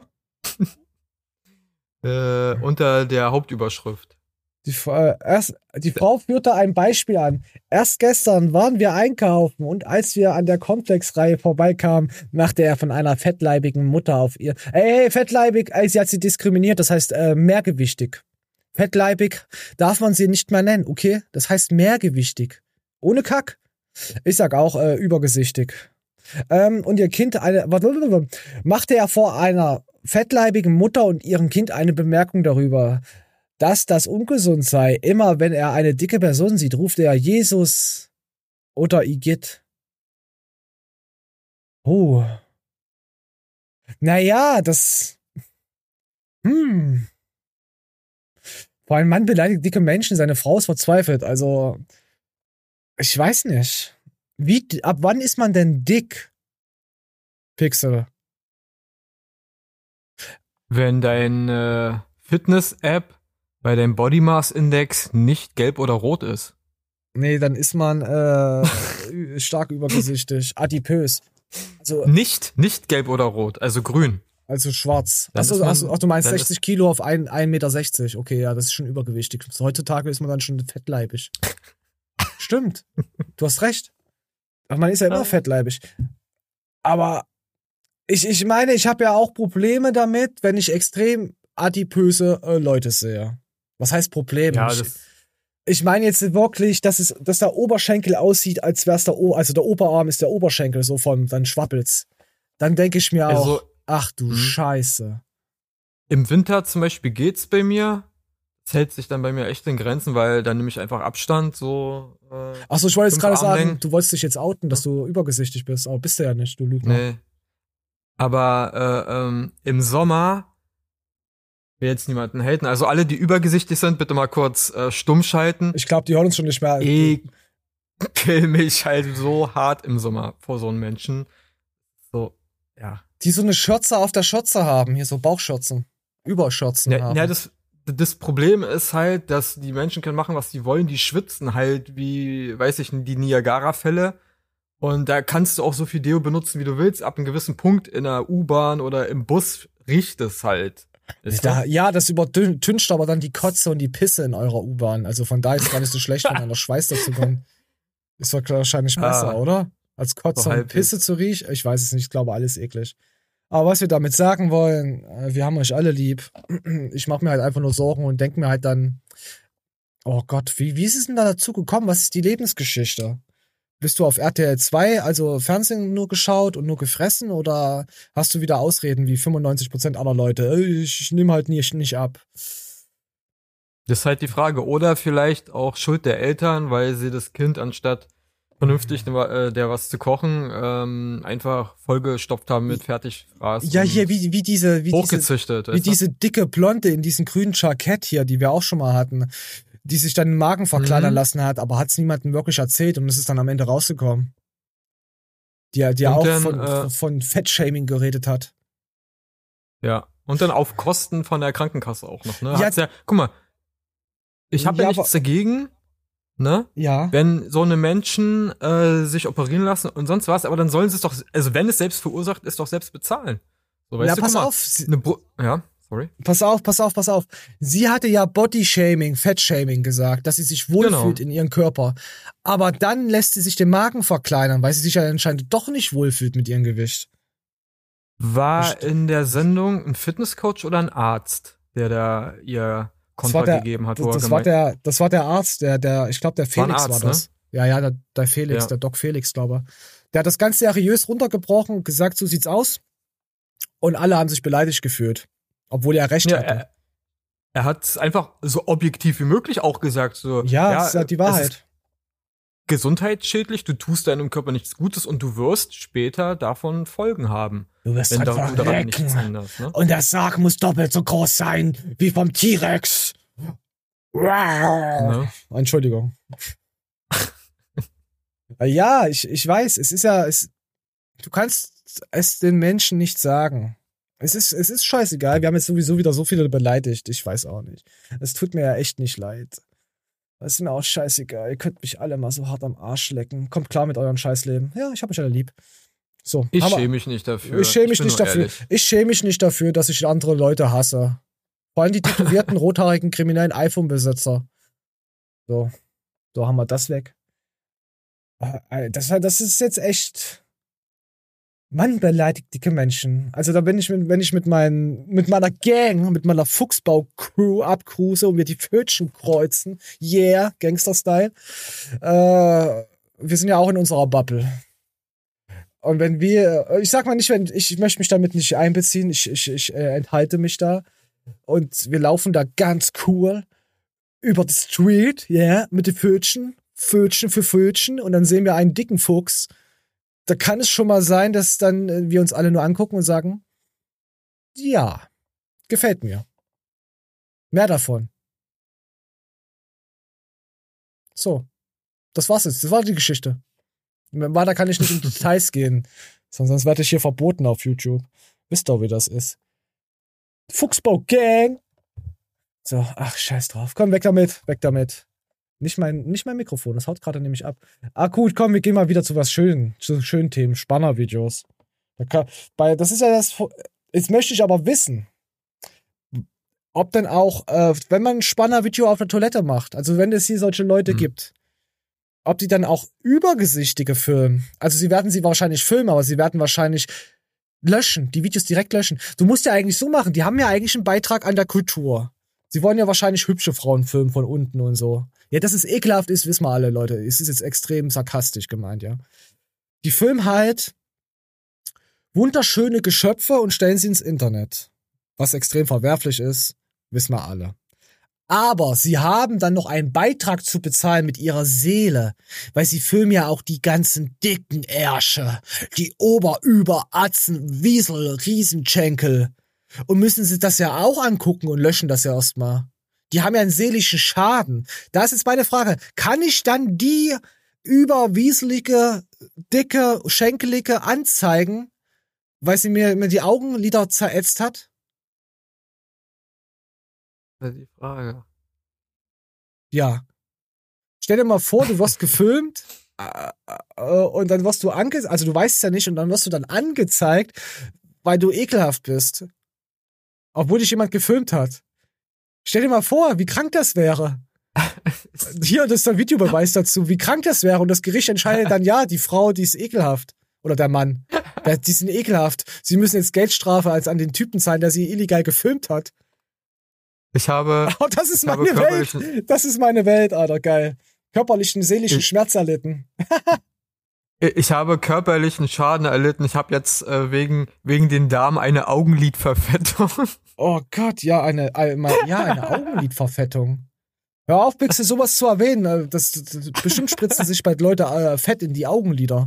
B: Unter der Hauptüberschrift.
A: Die Frau führte ein Beispiel an. Erst gestern waren wir einkaufen und als wir an der Komplex-Reihe vorbeikamen, machte er von einer fettleibigen Mutter auf ihr. Fettleibig, sie hat sie diskriminiert, das heißt mehrgewichtig. Fettleibig darf man sie nicht mehr nennen, okay? Das heißt mehrgewichtig. Ohne Kack. Ich sag auch übergesichtig. Und ihr Kind machte er vor einer fettleibigen Mutter und ihrem Kind eine Bemerkung darüber, dass das ungesund sei. Immer wenn er eine dicke Person sieht, ruft er Jesus oder Igitt. Oh. Naja, das... Vor allem Mann beleidigt dicke Menschen, seine Frau ist verzweifelt. Also, ich weiß nicht. Ab wann ist man denn dick? Pixel.
B: Wenn deine Fitness-App bei deinem Body Mass Index nicht gelb oder rot ist.
A: Nee, dann ist man stark übergesichtig, adipös. Also,
B: Nicht gelb oder rot, also grün.
A: Also schwarz.
B: Dann
A: Achso,
B: ist man-
A: du meinst
B: dann
A: 60 Kilo auf 1,60 Meter. Okay, ja, das ist schon übergewichtig. Heutzutage ist man dann schon fettleibig. Stimmt. Du hast recht. Man ist ja immer fettleibig. Aber ich meine, ich habe ja auch Probleme damit, wenn ich extrem adipöse Leute sehe. Was heißt Problem?
B: Ja,
A: Ich meine jetzt wirklich, dass der Oberschenkel aussieht, als wär's also der Oberarm ist der Oberschenkel, so dann schwappelt's. Dann denke ich mir auch, ach du Scheiße.
B: Im Winter zum Beispiel geht's bei mir. Es hält sich dann bei mir echt in Grenzen, weil dann nehme ich einfach Abstand, so.
A: Achso, ich wollte jetzt gerade sagen,
B: Armlängen.
A: du wolltest dich jetzt outen, dass du übergesichtig bist, aber bist du ja nicht, du Lügner.
B: Nee. Aber im Sommer will jetzt niemanden haten. Also alle, die übergesichtig sind, bitte mal kurz stumm schalten.
A: Ich glaube, die hören uns schon nicht mehr.
B: Ekel mich halt so hart im Sommer vor so einem Menschen. So, ja.
A: Die so eine Schürze auf der Schürze haben, hier so Bauchschürzen, Überschürzen haben.
B: Ja, das Problem ist halt, dass die Menschen können machen, was sie wollen. Die schwitzen halt wie, weiß ich nicht, die Niagara-Fälle. Und da kannst du auch so viel Deo benutzen, wie du willst. Ab einem gewissen Punkt in der U-Bahn oder im Bus riecht es halt.
A: Ja, das übertüncht aber dann die Kotze und die Pisse in eurer U-Bahn. Also von daher ist es gar nicht so schlecht, wenn da noch Schweiß dazu kommt. Ist doch wahrscheinlich besser, oder? Als Kotze und Pisse zu riechen. Ich weiß es nicht, ich glaube, alles eklig. Aber was wir damit sagen wollen, wir haben euch alle lieb. Ich mache mir halt einfach nur Sorgen und denke mir halt dann, oh Gott, wie ist es denn da dazu gekommen? Was ist die Lebensgeschichte? Bist du auf RTL 2, also Fernsehen nur geschaut und nur gefressen, oder hast du wieder Ausreden wie 95% aller Leute? Ich nehme halt nicht ab.
B: Das ist halt die Frage. Oder vielleicht auch Schuld der Eltern, weil sie das Kind anstatt vernünftig der was zu kochen, einfach vollgestopft haben mit Fertigfraß.
A: Ja, hier, wie
B: hochgezüchtet.
A: Diese dicke Blonde in diesem grünen Jackett hier, die wir auch schon mal hatten, die sich dann den Magen verkleinern lassen hat, aber hat es niemandem wirklich erzählt und es ist dann am Ende rausgekommen. Die auch dann, von Fettshaming geredet hat.
B: Ja, und dann auf Kosten von der Krankenkasse auch noch, ne?
A: Ja,
B: guck mal, ich habe ja nichts dagegen, ne?
A: Ja.
B: Wenn so eine Menschen sich operieren lassen und sonst was, aber dann sollen sie es doch, also wenn es selbst verursacht ist, doch selbst bezahlen. So, weißt du,
A: pass
B: mal,
A: auf.
B: Sorry.
A: Pass auf. Sie hatte ja Body-Shaming, Fettshaming gesagt, dass sie sich wohlfühlt in ihrem Körper. Aber dann lässt sie sich den Magen verkleinern, weil sie sich ja anscheinend doch nicht wohlfühlt mit ihrem Gewicht.
B: War in der Sendung ein Fitnesscoach oder ein Arzt, der da ihr Kontra gegeben hat?
A: Das war der Arzt, ich glaube, der Felix war das. Ne? Ja, der Felix, der Doc Felix, glaube ich. Der hat das ganz seriös runtergebrochen und gesagt, so sieht's aus. Und alle haben sich beleidigt gefühlt. Obwohl er recht hatte.
B: Er hat es einfach so objektiv wie möglich auch gesagt. So,
A: das ist halt die Wahrheit.
B: Gesundheitsschädlich, du tust deinem Körper nichts Gutes und du wirst später davon Folgen haben.
A: Du wirst einfach
B: daran nichts änderst, ne?
A: Und der Sarg muss doppelt so groß sein wie vom T-Rex. Ne? Entschuldigung. Ja, ich weiß, es ist ja, du kannst es den Menschen nicht sagen. Es ist scheißegal. Wir haben jetzt sowieso wieder so viele beleidigt. Ich weiß auch nicht. Es tut mir ja echt nicht leid. Es ist mir auch scheißegal. Ihr könnt mich alle mal so hart am Arsch lecken. Kommt klar mit eurem Scheißleben. Ja, ich hab euch alle lieb. So.
B: Ich schäme mich nicht dafür.
A: Ich schäme mich nicht dafür, dass ich andere Leute hasse. Vor allem die tätowierten, rothaarigen, kriminellen iPhone-Besitzer. So haben wir das weg. Das ist jetzt echt... Mann, beleidigt dicke Menschen. Also da bin ich, wenn ich mit meiner Gang, mit meiner Fuchsbau-Crew abcruise und wir die Pfötchen kreuzen, yeah, Gangster-Style, wir sind ja auch in unserer Bubble. Und wenn ich sag mal nicht, ich möchte mich damit nicht einbeziehen, ich enthalte mich da und wir laufen da ganz cool über die Street, yeah, mit den Pfötchen für Pfötchen und dann sehen wir einen dicken Fuchs. Da kann es schon mal sein, dass dann wir uns alle nur angucken und sagen, ja, gefällt mir. Mehr davon. So, das war's jetzt. Das war die Geschichte. Weiter kann ich nicht in Details gehen. Sonst werde ich hier verboten auf YouTube. Wisst doch, wie das ist. Fuchsbau-Gang! So, ach, scheiß drauf. Komm, weg damit. Nicht mein Mikrofon, das haut gerade nämlich ab. Gut, komm, wir gehen mal wieder zu schönen Themen, Spanner-Videos. Das ist ja das. Jetzt möchte ich aber wissen, ob denn auch, wenn man ein Spanner-Video auf der Toilette macht, also wenn es hier solche Leute gibt, ob die dann auch übergesichtige filmen. Also sie werden sie wahrscheinlich filmen, aber sie werden wahrscheinlich löschen, die Videos direkt löschen. Du musst ja eigentlich so machen, die haben ja eigentlich einen Beitrag an der Kultur. Sie wollen ja wahrscheinlich hübsche Frauen filmen von unten und so. Ja, dass es ekelhaft ist, wissen wir alle, Leute. Es ist jetzt extrem sarkastisch gemeint, ja. Die filmen halt wunderschöne Geschöpfe und stellen sie ins Internet. Was extrem verwerflich ist, wissen wir alle. Aber sie haben dann noch einen Beitrag zu bezahlen mit ihrer Seele, weil sie filmen ja auch die ganzen dicken Ärsche, die Überatzen, Wiesel, Riesenschenkel und müssen sich das ja auch angucken und löschen das ja erstmal. Die haben ja einen seelischen Schaden. Da ist jetzt meine Frage, kann ich dann die überwieselige, dicke, schenkelige anzeigen, weil sie mir die Augenlider zerätzt hat?
B: Das ist die Frage.
A: Ja. Stell dir mal vor, du wirst gefilmt und dann wirst du also du weißt es ja nicht und dann wirst du dann angezeigt, weil du ekelhaft bist. Obwohl dich jemand gefilmt hat. Stell dir mal vor, wie krank das wäre. Hier, das ist der Videobeweis dazu, wie krank das wäre und das Gericht entscheidet dann, ja, die Frau, die ist ekelhaft. Oder der Mann. Die sind ekelhaft. Sie müssen jetzt Geldstrafe als an den Typen zahlen, der sie illegal gefilmt hat.
B: Ich habe.
A: Oh, das ist meine Welt. Das ist meine Welt, Alter, geil. Körperlichen, seelischen Schmerz erlitten.
B: Ich habe körperlichen Schaden erlitten. Ich habe jetzt wegen den Darm eine Augenlidverfettung.
A: Oh Gott, ja, eine Augenlidverfettung. Hör auf, Pixel, sowas zu erwähnen. Bestimmt spritzen sich bald Leute Fett in die Augenlider.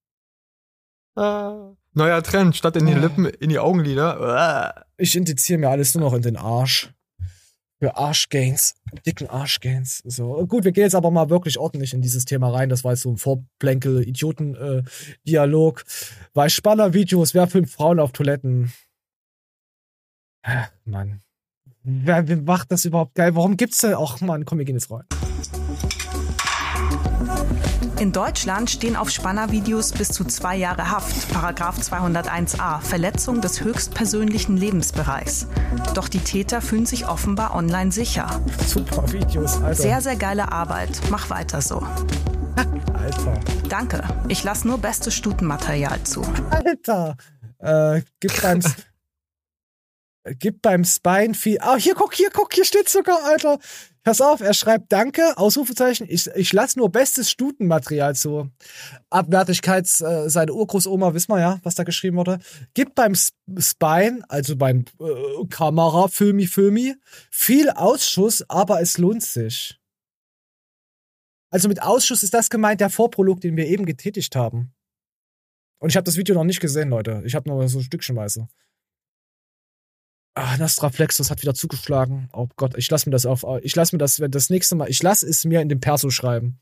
B: Neuer Trend, statt in die Lippen, in die Augenlider.
A: Ich indiziere mir alles nur noch in den Arsch. Für Arschgains, dicken Arschgains. So, gut, wir gehen jetzt aber mal wirklich ordentlich in dieses Thema rein. Das war jetzt so ein Vorplänkel-Idioten-Dialog. Bei Spanner-Videos, wer filmt Frauen auf Toiletten? Mann. Wer macht das überhaupt geil? Warum gibt's denn? Ach Mann, komm, wir gehen jetzt rein.
G: In Deutschland stehen auf Spanner-Videos bis zu 2 Jahre Haft, Paragraph 201a, Verletzung des höchstpersönlichen Lebensbereichs. Doch die Täter fühlen sich offenbar online sicher.
A: Super Videos, Alter.
G: Sehr, sehr geile Arbeit. Mach weiter so.
A: Alter.
G: Danke. Ich lasse nur bestes Stutenmaterial zu.
A: Alter. Gib beim Spine viel. Ah, hier steht sogar, Alter. Pass auf, er schreibt Danke, Ausrufezeichen, ich lasse nur bestes Stutenmaterial zu. Abwertigkeit, seine Urgroßoma, wissen wir ja, was da geschrieben wurde. Gib beim Spine, also beim Kamera, Filmi, viel Ausschuss, aber es lohnt sich. Also mit Ausschuss ist das gemeint, der Vorprolog, den wir eben getätigt haben. Und ich habe das Video noch nicht gesehen, Leute. Ich habe nur so stückchenweise. Nastraflexus hat wieder zugeschlagen. Oh Gott, ich lasse mir das nächste Mal, ich lasse es mir in dem Perso schreiben.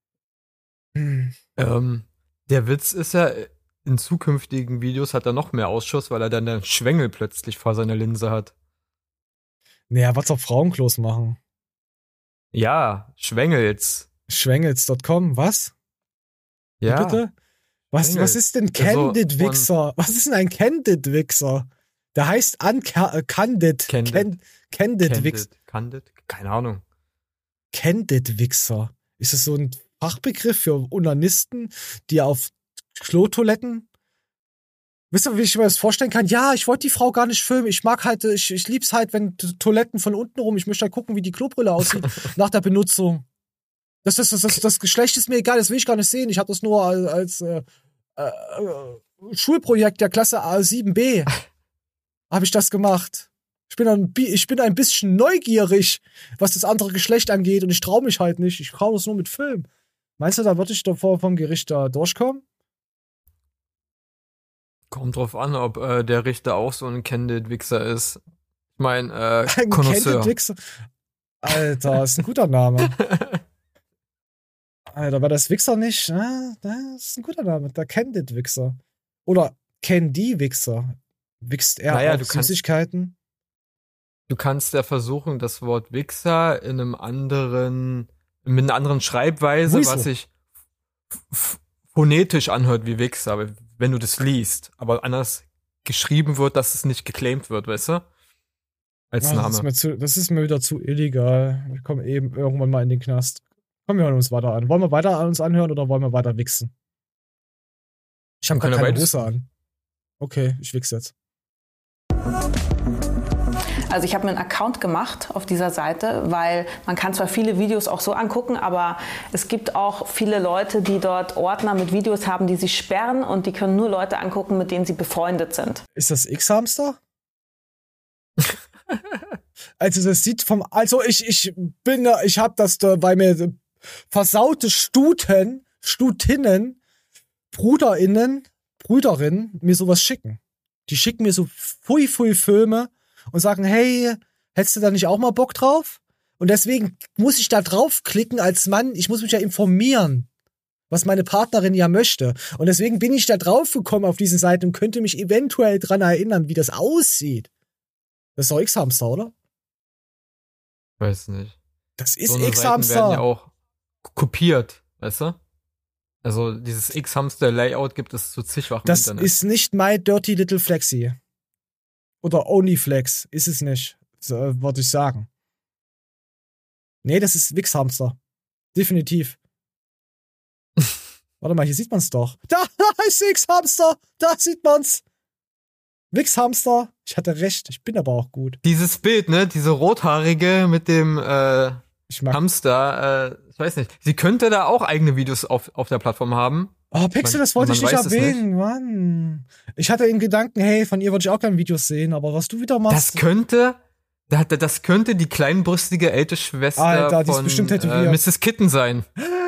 B: Der Witz ist ja, in zukünftigen Videos hat er noch mehr Ausschuss, weil er dann den Schwengel plötzlich vor seiner Linse hat.
A: Naja, was soll Frauenklos machen?
B: Ja, Schwengels.
A: Schwengels.com, was?
B: Ja.
A: Wie bitte? Was ist denn Candid-Wichser? Was ist denn ein Candid-Wichser? Der heißt Candid. Candid-Wichser.
B: Candid? Keine Ahnung.
A: Candid-Wichser. Ist das so ein Fachbegriff für Onanisten, die auf Klotoiletten? Wisst ihr, wie ich mir das vorstellen kann? Ja, ich wollte die Frau gar nicht filmen. Ich mag halt, ich lieb's halt, wenn Toiletten von unten rum, ich möchte halt gucken, wie die Klobrille aussieht nach der Benutzung. Das Geschlecht ist mir egal, das will ich gar nicht sehen. Ich habe das nur als Schulprojekt der Klasse A7b habe ich das gemacht. Ich bin ein bisschen neugierig, was das andere Geschlecht angeht und ich traue mich halt nicht. Ich traue das nur mit Film. Meinst du, da würde ich davor vom Gericht da durchkommen?
B: Kommt drauf an, ob der Richter auch so ein Candid-Wichser ist. Ich meine,
A: ein Candid-Wichser? Alter, ist ein guter Name. Alter, war das Wichser nicht? Das ist ein guter Name. Der Candid-Wichser. Oder Candy-Wichser. Wichst er auf Süßigkeiten?
B: Du kannst ja versuchen, das Wort Wichser mit einer anderen Schreibweise, was sich phonetisch anhört wie Wichser, wenn du das liest, aber anders geschrieben wird, dass es nicht geclaimed wird, weißt du? Als Name.
A: Das ist mir wieder zu illegal. Ich komme eben irgendwann mal in den Knast. Komm, wir hören uns weiter an. Wollen wir weiter uns anhören oder wollen wir weiter wichsen? Ich habe gerade keine Hose an. Okay, ich wichse jetzt.
H: Also ich habe mir einen Account gemacht auf dieser Seite, weil man kann zwar viele Videos auch so angucken, aber es gibt auch viele Leute, die dort Ordner mit Videos haben, die sie sperren und die können nur Leute angucken, mit denen sie befreundet sind.
A: Ist das X-Hamster? Also das sieht ich habe das da, weil mir versaute Stutinnen, Brüderinnen mir sowas schicken. Die schicken mir so pfui Filme und sagen, hey, hättest du da nicht auch mal Bock drauf? Und deswegen muss ich da draufklicken als Mann, ich muss mich ja informieren, was meine Partnerin ja möchte. Und deswegen bin ich da drauf gekommen auf diese Seite und könnte mich eventuell dran erinnern, wie das aussieht. Das ist doch X-Hamster, oder?
B: Weiß nicht.
A: Das ist
B: so eine
A: X-Hamster.
B: Seiten werden ja auch kopiert, weißt du? Also dieses X-Hamster-Layout gibt es zu zigfach im Internet.
A: Das ist nicht My Dirty Little Flexi. Oder Onlyflex. Ist es nicht. Würde ich sagen. Nee, das ist Wix-Hamster. Definitiv. Warte mal, hier sieht man's doch. Da ist X-Hamster. Da sieht man's. Wix-Hamster. Ich hatte recht. Ich bin aber auch gut.
B: Dieses Bild, ne? Diese rothaarige mit dem Hamster. Ich weiß nicht. Sie könnte da auch eigene Videos auf der Plattform haben.
A: Oh, Pixel, das wollte ich nicht erwähnen, Mann. Ich hatte in Gedanken, hey, von ihr würde ich auch gerne Videos sehen, aber was du wieder machst.
B: Das könnte die kleinbrüstige ältere Schwester
A: Alter, die ist
B: von
A: bestimmt tätowiert.
B: Mrs. Kitten sein.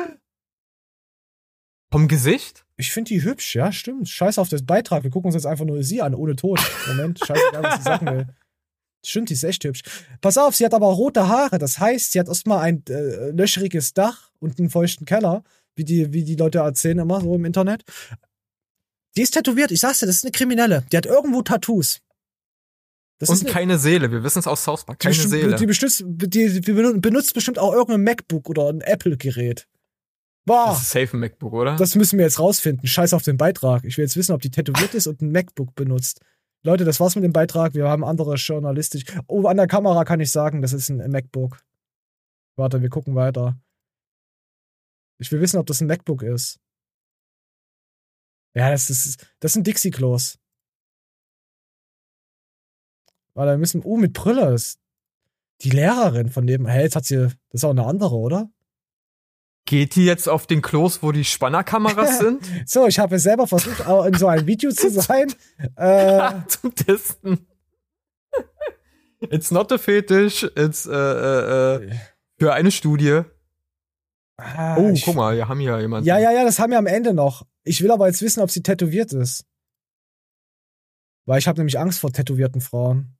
B: Vom Gesicht?
A: Ich finde die hübsch, ja, stimmt. Scheiß auf den Beitrag, wir gucken uns jetzt einfach nur sie an, ohne Ton. Moment, scheißegal, was sie sagen will. Stimmt, die ist echt hübsch. Pass auf, sie hat aber rote Haare, das heißt, sie hat erstmal ein löchriges Dach und einen feuchten Keller. Wie die Leute erzählen immer so im Internet. Die ist tätowiert, ich sag's dir, das ist eine Kriminelle. Die hat irgendwo Tattoos.
B: Und keine Seele, wir wissen es aus South Park, keine Seele.
A: Die benutzt bestimmt auch irgendein MacBook oder ein Apple-Gerät. Boah.
B: Das ist safe ein MacBook, oder?
A: Das müssen wir jetzt rausfinden. Scheiß auf den Beitrag. Ich will jetzt wissen, ob die tätowiert ist und ein MacBook benutzt. Leute, das war's mit dem Beitrag. Wir haben andere journalistisch. Oh, an der Kamera kann ich sagen, das ist ein MacBook. Warte, wir gucken weiter. Ich will wissen, ob das ein MacBook ist. Ja, das sind Dixie-Klos. Warte, wir müssen, mit Brille ist die Lehrerin von neben, hey, das ist auch eine andere, oder?
B: Geht die jetzt auf den Klos, wo die Spannerkameras sind?
A: So, ich habe selber versucht, auch in so einem Video zu sein.
B: Zum Testen. It's not a fetish, it's für eine Studie. Guck mal, wir haben hier jemanden.
A: Ja, das haben wir am Ende noch. Ich will aber jetzt wissen, ob sie tätowiert ist. Weil ich habe nämlich Angst vor tätowierten Frauen.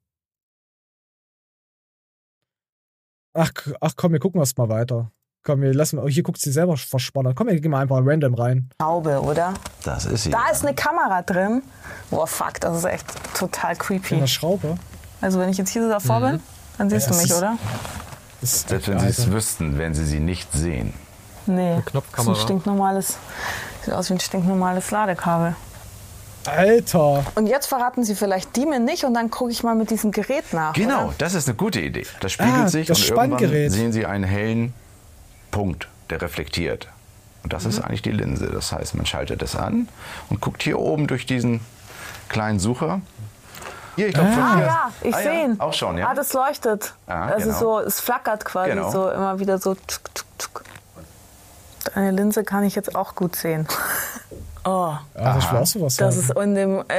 A: Ach komm, wir gucken erst mal weiter. Komm, hier guckt sie selber verspannt. Komm, wir gehen mal einfach random rein.
H: Schraube, oder?
I: Das ist sie.
H: Da ist eine Kamera drin. Boah, fuck, das ist echt total creepy.
A: Eine Schraube?
H: Also wenn ich jetzt hier so davor bin, dann siehst du mich, oder?
I: Selbst wenn sie es wüssten, werden sie nicht sehen.
H: Nee,
B: eine Knopfkamera.
H: Das ist sieht aus wie ein stinknormales Ladekabel.
A: Alter!
H: Und jetzt verraten sie vielleicht die mir nicht und dann gucke ich mal mit diesem Gerät nach.
I: Genau,
H: oder?
I: das ist eine gute Idee. Das spiegelt sich
A: das
I: und irgendwann sehen sie einen hellen Punkt, der reflektiert. Und das ist eigentlich die Linse. Das heißt, man schaltet es an und guckt hier oben durch diesen kleinen Sucher. Hier, ich glaube von hier.
H: Ja, ich sehe ihn.
I: Auch schon, ja?
H: Das leuchtet. Das ist so, es flackert quasi so immer wieder so. Tschuk, tschuk, tschuk. Eine Linse kann ich jetzt auch gut sehen. Oh.
A: Ich will auch sowas sagen.
H: Das ist in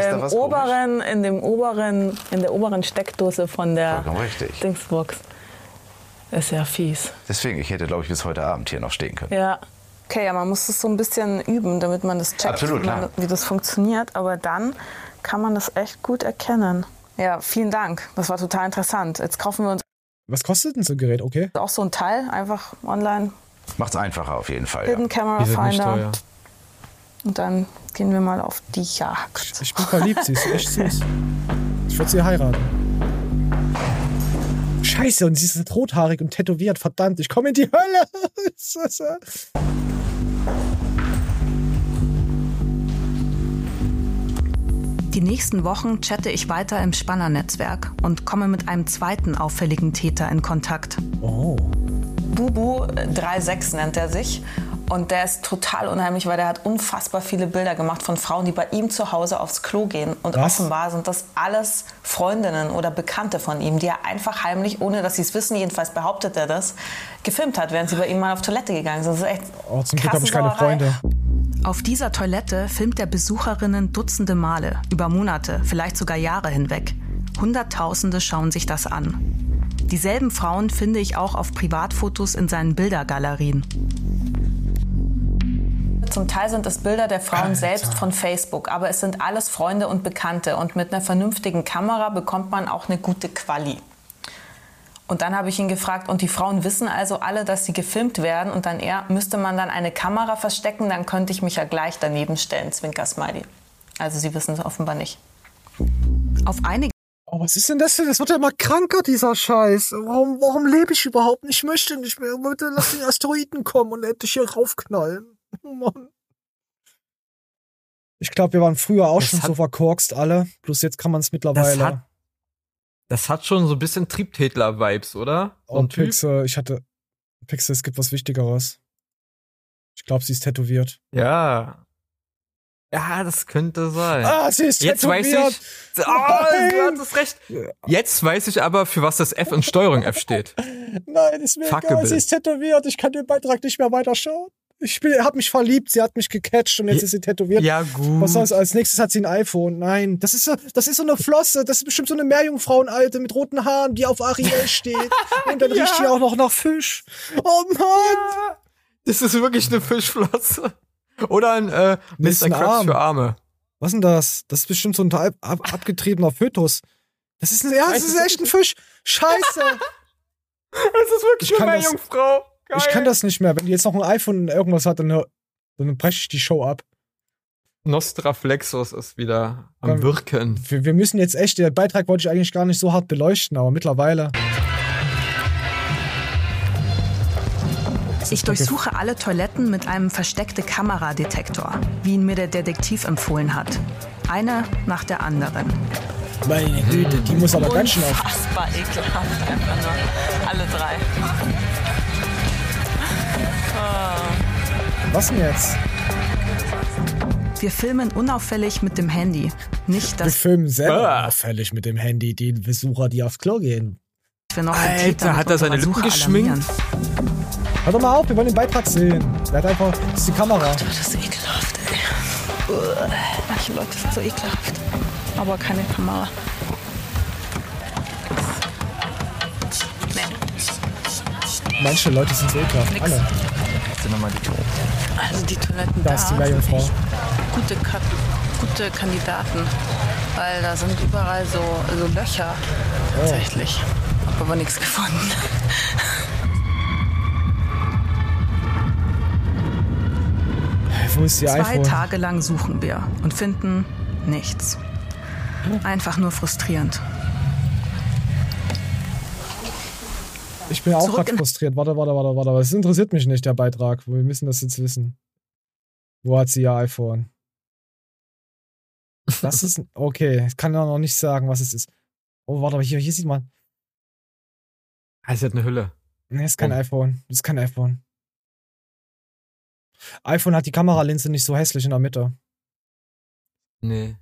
H: der oberen Steckdose von der Dingsbox. Ist ja fies.
I: Deswegen, ich hätte, glaube ich, bis heute Abend hier noch stehen können.
H: Ja. Okay, ja, man muss das so ein bisschen üben, damit man das checkt,
I: absolut,
H: wie das funktioniert. Aber dann kann man das echt gut erkennen. Ja, vielen Dank. Das war total interessant. Jetzt kaufen wir uns...
A: Was kostet denn so ein Gerät, okay?
H: Auch so ein Teil, einfach online.
I: Macht's einfacher auf jeden Fall.
H: Hidden Camera Finder. Und dann gehen wir mal auf die Jagd.
A: Ich bin verliebt, sie ist echt süß. Ich würde sie heiraten. Scheiße, und sie ist rothaarig und tätowiert. Verdammt, ich komme in die Hölle.
G: Die nächsten Wochen chatte ich weiter im Spanner-Netzwerk und komme mit einem zweiten auffälligen Täter in Kontakt.
A: Oh.
H: Bubu36 nennt er sich. Und der ist total unheimlich, weil der hat unfassbar viele Bilder gemacht von Frauen, die bei ihm zu Hause aufs Klo gehen. Und offenbar sind das alles Freundinnen oder Bekannte von ihm, die er einfach heimlich, ohne dass sie es wissen, jedenfalls behauptet er das, gefilmt hat, während sie bei ihm mal auf Toilette gegangen sind. Das ist echt
A: zum Glück habe ich keine Freunde.
G: Auf dieser Toilette filmt er Besucherinnen Dutzende Male, über Monate, vielleicht sogar Jahre hinweg. Hunderttausende schauen sich das an. Dieselben Frauen finde ich auch auf Privatfotos in seinen Bildergalerien.
H: Zum Teil sind es Bilder der Frauen selbst von Facebook, aber es sind alles Freunde und Bekannte. Und mit einer vernünftigen Kamera bekommt man auch eine gute Quali. Und dann habe ich ihn gefragt, und die Frauen wissen also alle, dass sie gefilmt werden? Und dann müsste man dann eine Kamera verstecken, dann könnte ich mich ja gleich daneben stellen, Zwinker-Smiley. Also sie wissen es offenbar nicht.
G: Auf einige
A: was ist denn das denn? Das wird ja immer kranker, dieser Scheiß. Warum lebe ich überhaupt nicht? Ich möchte nicht mehr. Bitte lass den Asteroiden kommen und endlich hier raufknallen. Oh Mann. Ich glaube, wir waren früher auch schon so verkorkst alle. Bloß jetzt kann man es mittlerweile.
B: Das hat schon so ein bisschen Triebtätler-Vibes, oder? So
A: und Pixel, es gibt was Wichtigeres. Ich glaube, sie ist tätowiert.
B: Ja. Ja, das könnte sein.
A: Sie ist
B: jetzt
A: tätowiert.
B: Weiß ich. Du hattest recht. Jetzt weiß ich aber, für was das F in Steuerung F steht.
A: Nein, ist mir egal. Sie ist tätowiert. Ich kann den Beitrag nicht mehr weiterschauen. Ich habe mich verliebt, sie hat mich gecatcht und jetzt ist sie tätowiert.
B: Ja, gut.
A: Was soll's? Als nächstes hat sie ein iPhone. Nein, das ist so eine Flosse. Das ist bestimmt so eine Meerjungfrauenalte mit roten Haaren, die auf Ariel steht. Und dann riecht die auch noch nach Fisch. Oh Mann! Ja,
B: das ist wirklich eine Fischflosse. Oder ein Mr. Krabs für Arme.
A: Was denn das? Das ist bestimmt so ein abgetriebener Fötus. Das ist echt ein Fisch. Scheiße!
B: Das ist wirklich eine Meerjungfrau. Geil.
A: Ich kann das nicht mehr. Wenn die jetzt noch ein iPhone und irgendwas hat, dann breche ich die Show ab.
B: Nostraflexus ist wieder am Wirken.
A: Wir müssen jetzt echt, der Beitrag wollte ich eigentlich gar nicht so hart beleuchten, aber mittlerweile.
G: Ich durchsuche alle Toiletten mit einem versteckte Kameradetektor, wie ihn mir der Detektiv empfohlen hat. Eine nach der anderen.
A: Meine Güte, die muss aber ganz schön auf.
H: Unfassbar ekelhaft, einfach nur. Alle drei.
A: Was denn jetzt?
G: Wir filmen unauffällig mit dem Handy. Nicht, dass
A: wir filmen selber unauffällig mit dem Handy die Besucher, die aufs Klo gehen.
B: Alter, hat er seine Lippen geschminkt?
A: Hör doch mal auf, wir wollen den Beitrag sehen. Der hat einfach, das ist die Kamera.
H: Gott, das ist ekelhaft, ey. Manche Leute sind so ekelhaft. Aber keine Kamera. Nee.
A: Manche Leute sind so ekelhaft. Alle.
H: Also die Toiletten
A: da ist die Meerjungfrau.
H: Gute Kandidaten. Weil da sind überall so Löcher. Tatsächlich. Hab aber nichts gefunden.
A: Wo ist die
G: 2
A: iPhone?
G: Tage lang suchen wir und finden nichts. Einfach nur frustrierend.
A: Ich bin auch gerade frustriert. Warte. Es interessiert mich nicht, der Beitrag. Wir müssen das jetzt wissen. Wo hat sie ihr iPhone? Das ist... Okay, ich kann ja noch nicht sagen, was es ist. Oh, warte, aber hier sieht man...
B: Sie hat eine Hülle.
A: Nee, ist kein iPhone. Das ist kein iPhone. iPhone hat die Kameralinse nicht so hässlich in der Mitte.
B: Nee.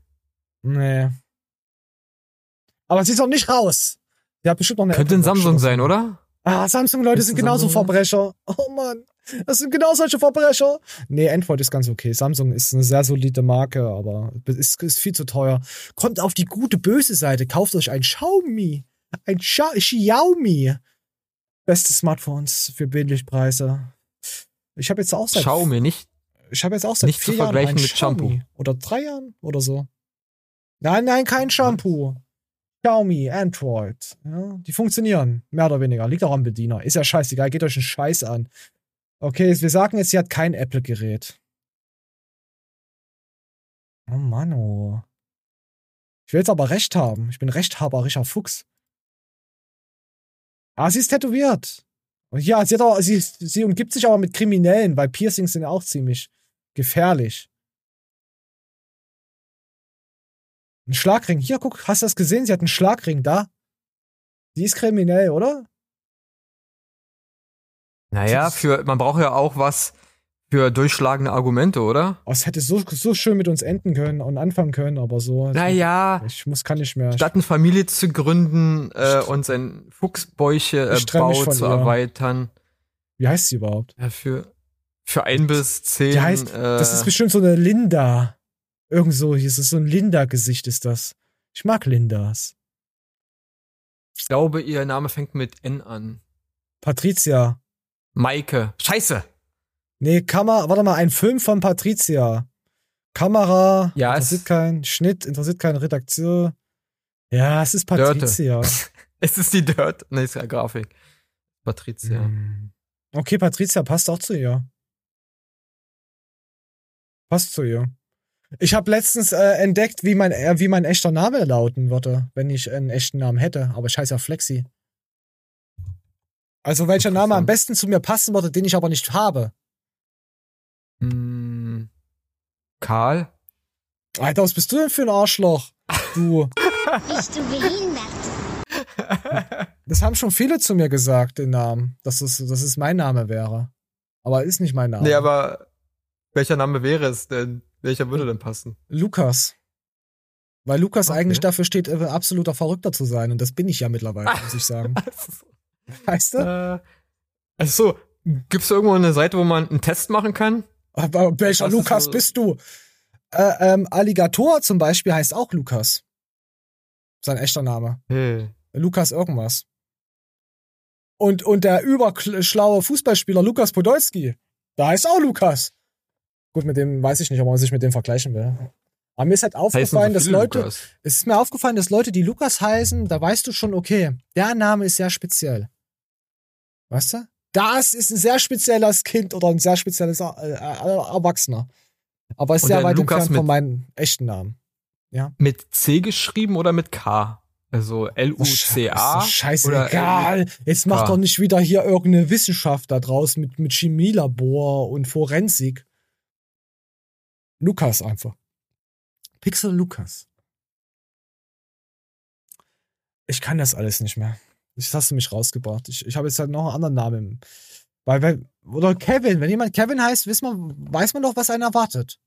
A: Aber sie ist auch nicht raus. Die hat bestimmt noch eine
B: Könnte ein Samsung sein, oder?
A: Samsung-Leute sind genauso Verbrecher. Oh Mann. Das sind genau solche Verbrecher. Nee, Android ist ganz okay. Samsung ist eine sehr solide Marke, aber ist viel zu teuer. Kommt auf die gute, böse Seite. Kauft euch ein Xiaomi. Ein Xiaomi. Beste Smartphones für Billigpreise. Ich habe jetzt auch seit...
B: Xiaomi, nicht?
A: Ich habe jetzt auch seit
B: nicht 4 Jahren ein
A: mit
B: Shampoo.
A: Oder 3 Jahren oder so. Nein, kein Shampoo. Xiaomi, Android. Ja, die funktionieren, mehr oder weniger. Liegt auch am Bediener. Ist ja scheißegal, geht euch einen Scheiß an. Okay, wir sagen jetzt, sie hat kein Apple-Gerät. Oh Mann, oh. Ich will jetzt aber Recht haben. Ich bin rechthaberischer Fuchs. Sie ist tätowiert. Und ja, sie umgibt sich aber mit Kriminellen, weil Piercings sind ja auch ziemlich gefährlich. Ein Schlagring. Hier, guck, hast du das gesehen? Sie hat einen Schlagring da. Die ist kriminell, oder?
B: Naja, man braucht ja auch was für durchschlagende Argumente, oder?
A: Oh, es hätte so schön mit uns enden können und anfangen können, aber so.
B: Naja.
A: Kann nicht mehr.
B: Statt eine Familie zu gründen und sein Fuchsbäuche-Bau zu erweitern.
A: Wie heißt sie überhaupt?
B: Ja, für 1 bis 10.
A: Die heißt, das ist bestimmt so eine Linda. Irgend so, hier ist so ein Linda-Gesicht ist das. Ich mag Lindas.
B: Ich glaube, ihr Name fängt mit N an.
A: Patricia.
B: Maike. Scheiße.
A: Nee, warte mal, ein Film von Patricia. Kamera,
B: ja,
A: interessiert keinen. Schnitt, interessiert keine Redaktion. Ja, es ist Patricia.
B: Es ist die Dirt. Nee, ist ja Grafik. Patricia.
A: Okay, Patricia passt auch zu ihr. Passt zu ihr. Ich habe letztens entdeckt, wie mein echter Name lauten würde, wenn ich einen echten Namen hätte. Aber ich heiße ja Flexi. Also welcher Name am besten zu mir passen würde, den ich aber nicht habe.
B: Karl?
A: Alter, was bist du denn für ein Arschloch? Du.
J: Bist du behindert?
A: Das haben schon viele zu mir gesagt, den Namen. Dass es mein Name wäre. Aber ist nicht mein Name.
B: Nee, aber welcher Name wäre es denn? Welcher würde denn passen?
A: Lukas. Weil Lukas eigentlich dafür steht, absoluter Verrückter zu sein. Und das bin ich ja mittlerweile, muss ich sagen. Weißt du?
B: Also, gibt's irgendwo eine Seite, wo man einen Test machen kann?
A: Aber welcher Lukas bist du? Alligator zum Beispiel heißt auch Lukas. Sein echter Name.
B: Hey.
A: Lukas irgendwas. Und der überschlaue Fußballspieler Lukas Podolski, da heißt auch Lukas. Gut, mit dem weiß ich nicht, ob man sich mit dem vergleichen will. Aber mir ist halt aufgefallen, dass Leute, die Lukas heißen, da weißt du schon, okay, der Name ist sehr speziell. Weißt du? Das ist ein sehr spezielles Kind oder ein sehr spezielles Erwachsener. Aber ist sehr weit entfernt von meinem echten Namen. Ja.
B: Mit C geschrieben oder mit K? Also L-U-C-A?
A: Scheißegal. Jetzt mach doch nicht wieder hier irgendeine Wissenschaft da draußen mit Chemielabor und Forensik. Lukas einfach. Pixel Lukas. Ich kann das alles nicht mehr. Das hast du mich rausgebracht. Ich habe jetzt halt noch einen anderen Namen. Oder Kevin. Wenn jemand Kevin heißt, weiß man doch, was einen erwartet.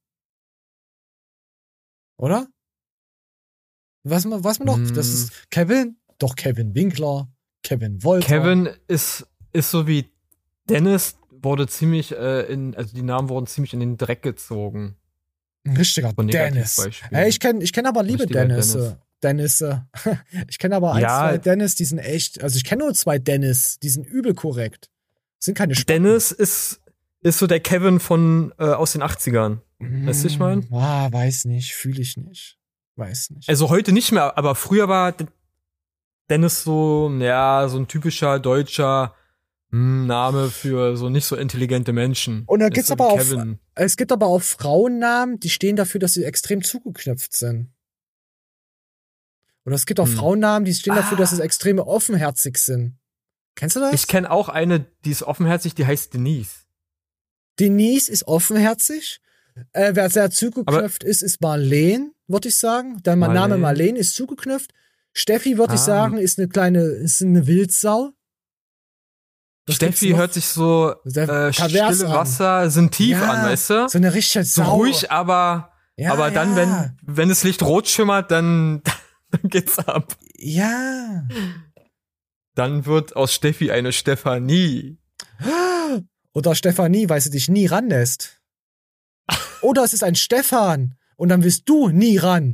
A: Oder? Weiß man doch, das ist Kevin. Doch, Kevin Winkler, Kevin Wolter.
B: Kevin ist so wie Dennis, wurde ziemlich also die Namen wurden ziemlich in den Dreck gezogen.
A: Ein richtiger Dennis. Hey, ich kenn aber liebe Dennis. Ich kenne aber zwei Dennis, die sind echt, also ich kenne nur 2 Dennis, die sind übel korrekt. Sind keine Spacken.
B: Dennis ist so der Kevin von aus den 80ern. Weißt du, ich mein?
A: Weiß nicht, fühle ich nicht. Weiß nicht.
B: Also heute nicht mehr, aber früher war Dennis so ein typischer deutscher Name für so nicht so intelligente Menschen.
A: Und da gibt's es gibt aber auch Frauennamen, die stehen dafür, dass sie extrem zugeknöpft sind. Oder es gibt auch Frauennamen, die stehen dafür, dass sie extrem offenherzig sind. Kennst du das?
B: Ich kenne auch eine, die ist offenherzig, die heißt Denise.
A: Denise ist offenherzig. Wer sehr zugeknöpft ist Marlene, würde ich sagen. Mein Name Marlene ist zugeknöpft. Steffi, würde ich sagen, ist eine Wildsau.
B: Steffi hört sich so stille Wasser sind tief an, weißt du?
A: So eine richtige Sau.
B: So ruhig, aber dann, wenn das Licht rot schimmert, dann geht's ab.
A: Ja.
B: Dann wird aus Steffi eine Stefanie.
A: Oder Stefanie, weil sie dich nie ranlässt. Oder es ist ein Stefan und dann wirst du nie ran.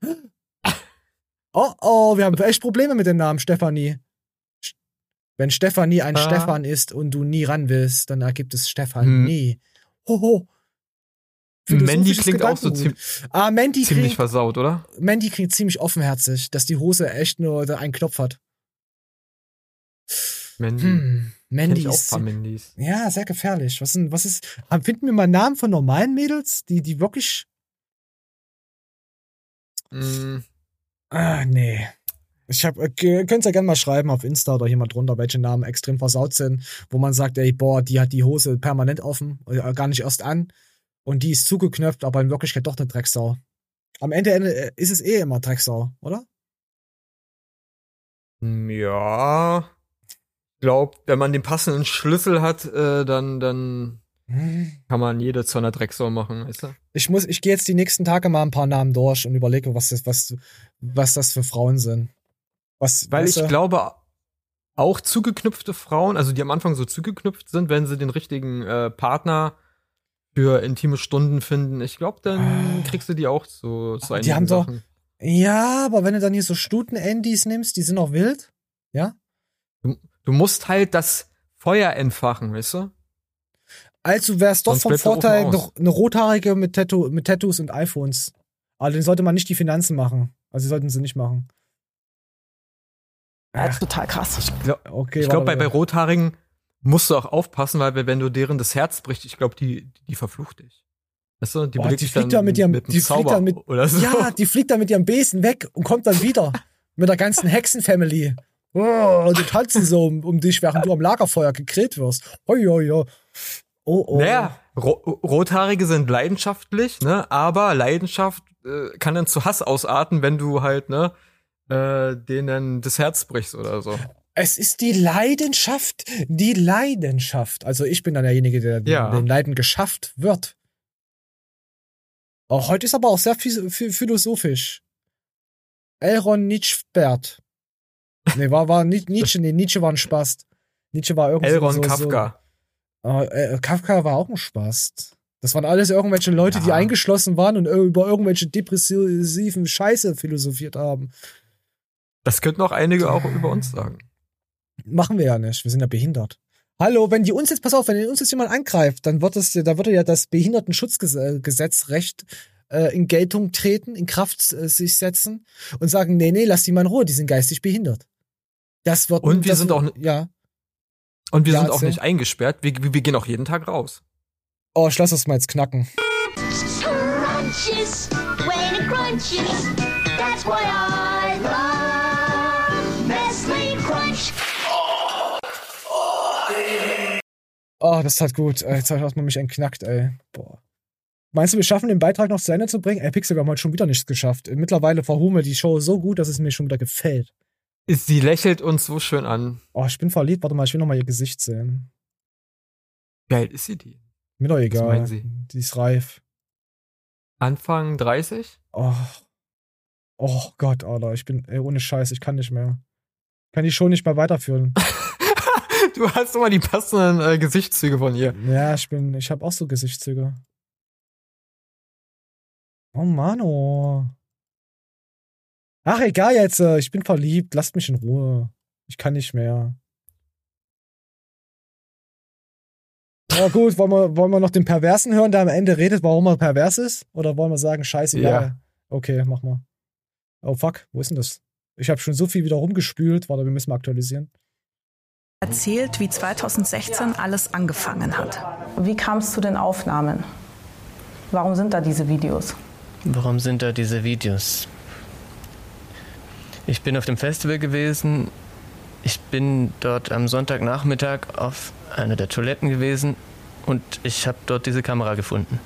A: Oh, wir haben echt Probleme mit dem Namen Stefanie. Wenn Stefanie ein Stefan ist und du nie ran willst, dann ergibt es Stefanie. Hoho.
B: Mandy klingt auch so ziemlich versaut, oder?
A: Mandy klingt ziemlich offenherzig, dass die Hose echt nur einen Knopf hat. Mandy
B: ist auch ein paar Mandys.
A: Ja, sehr gefährlich. Finden wir mal Namen von normalen Mädels, die wirklich. Nee. Könnt ihr gerne mal schreiben auf Insta oder jemand drunter, welche Namen extrem versaut sind, wo man sagt, ey, boah, die hat die Hose permanent offen, gar nicht erst an und die ist zugeknöpft, aber in Wirklichkeit doch eine Drecksau. Am Ende ist es immer Drecksau, oder?
B: Ja. Ich glaube, wenn man den passenden Schlüssel hat, dann kann man jede zu einer Drecksau machen, weißt du?
A: Ich gehe jetzt die nächsten Tage mal ein paar Namen durch und überlege, was das für Frauen sind.
B: Weil ich glaube, auch zugeknüpfte Frauen, also die am Anfang so zugeknüpft sind, wenn sie den richtigen Partner für intime Stunden finden, ich glaube, dann kriegst du die auch zu einigen
A: die haben
B: Sachen.
A: Ja, aber wenn du dann hier so Stuten-Andys nimmst, die sind auch wild, ja?
B: Du musst halt das Feuer entfachen, weißt du?
A: Also wäre es doch
B: Sonst
A: vom
B: bleibt der
A: Vorteil,
B: Ofen aus.
A: noch eine Rothaarige mit Tattoos und iPhones. Aber dann sollte man nicht die Finanzen machen. Also sollten sie nicht machen.
H: Das ist total krass.
B: Ich glaube, bei Rothaarigen musst du auch aufpassen, weil wenn du deren das Herz bricht, ich glaube, die verflucht dich. Weißt du, die
A: fliegt da mit ihrem
B: Zauber oder so.
A: Ja, die fliegt da mit ihrem Besen weg und kommt dann wieder mit der ganzen Hexenfamily. Oh, und die tanzen so um dich, während du am Lagerfeuer gegrillt wirst. Oh.
B: Naja, Rothaarige sind leidenschaftlich, ne? Aber Leidenschaft kann dann zu Hass ausarten, wenn du halt, ne, denen das Herz brichst oder so.
A: Es ist die Leidenschaft. Also ich bin dann derjenige, der den Leiden geschafft wird. Auch heute ist aber auch sehr philosophisch. Elron Nietzsche-Bert. Nee, war nicht Nietzsche. Nee, Nietzsche war ein Spast. Nietzsche war irgendwie
B: Elron Kafka.
A: Kafka war auch ein Spast. Das waren alles irgendwelche Leute, die eingeschlossen waren und über irgendwelche depressiven Scheiße philosophiert haben.
B: Das könnten auch einige auch über uns sagen.
A: Machen wir ja nicht. Wir sind ja behindert. Hallo, wenn uns jetzt jemand angreift, dann da würde ja das Behindertenschutzgesetzrecht in Geltung treten, in Kraft sich setzen und sagen, nee, lass die mal in Ruhe, die sind geistig behindert. Das wird
B: Und wir sind auch
A: erzähl.
B: nicht eingesperrt, wir gehen auch jeden Tag raus.
A: Oh, ich lass das mal jetzt knacken.
J: Crunches, when it crunches, that's why I love Nestle Crunch.
A: Oh, das tat gut. Jetzt hat man mich entknackt, ey. Boah. Meinst du, wir schaffen den Beitrag noch zu Ende zu bringen? Ey, Pixel, wir haben heute schon wieder nichts geschafft. Mittlerweile verhumen wir die Show so gut, dass es mir schon wieder gefällt.
B: Sie lächelt uns so schön an.
A: Oh, ich bin verliebt. Warte mal, ich will noch mal ihr Gesicht sehen.
B: Wie alt ist sie die?
A: Mir doch egal.
B: Was meinen Sie?
A: Die ist reif.
B: Anfang 30?
A: Oh Gott, Alter. Ohne Scheiß, ich kann nicht mehr. Kann die Show nicht mehr weiterführen.
B: Du hast immer die passenden Gesichtszüge von ihr.
A: Ja, ich habe auch so Gesichtszüge. Oh Mann, oh. Ach, egal jetzt. Ich bin verliebt. Lasst mich in Ruhe. Ich kann nicht mehr. Ja gut, wollen wir noch den Perversen hören, der am Ende redet, warum er pervers ist? Oder wollen wir sagen, scheiße, ja. Okay, mach mal. Oh fuck, wo ist denn das? Ich habe schon so viel wieder rumgespült. Warte, wir müssen mal aktualisieren.
G: Erzählt, wie 2016 alles angefangen hat.
H: Wie kam es zu den Aufnahmen? Warum sind da diese Videos?
K: Warum sind da diese Videos? Ich bin auf dem Festival gewesen. Ich bin dort am Sonntagnachmittag auf einer der Toiletten gewesen und ich habe dort diese Kamera gefunden.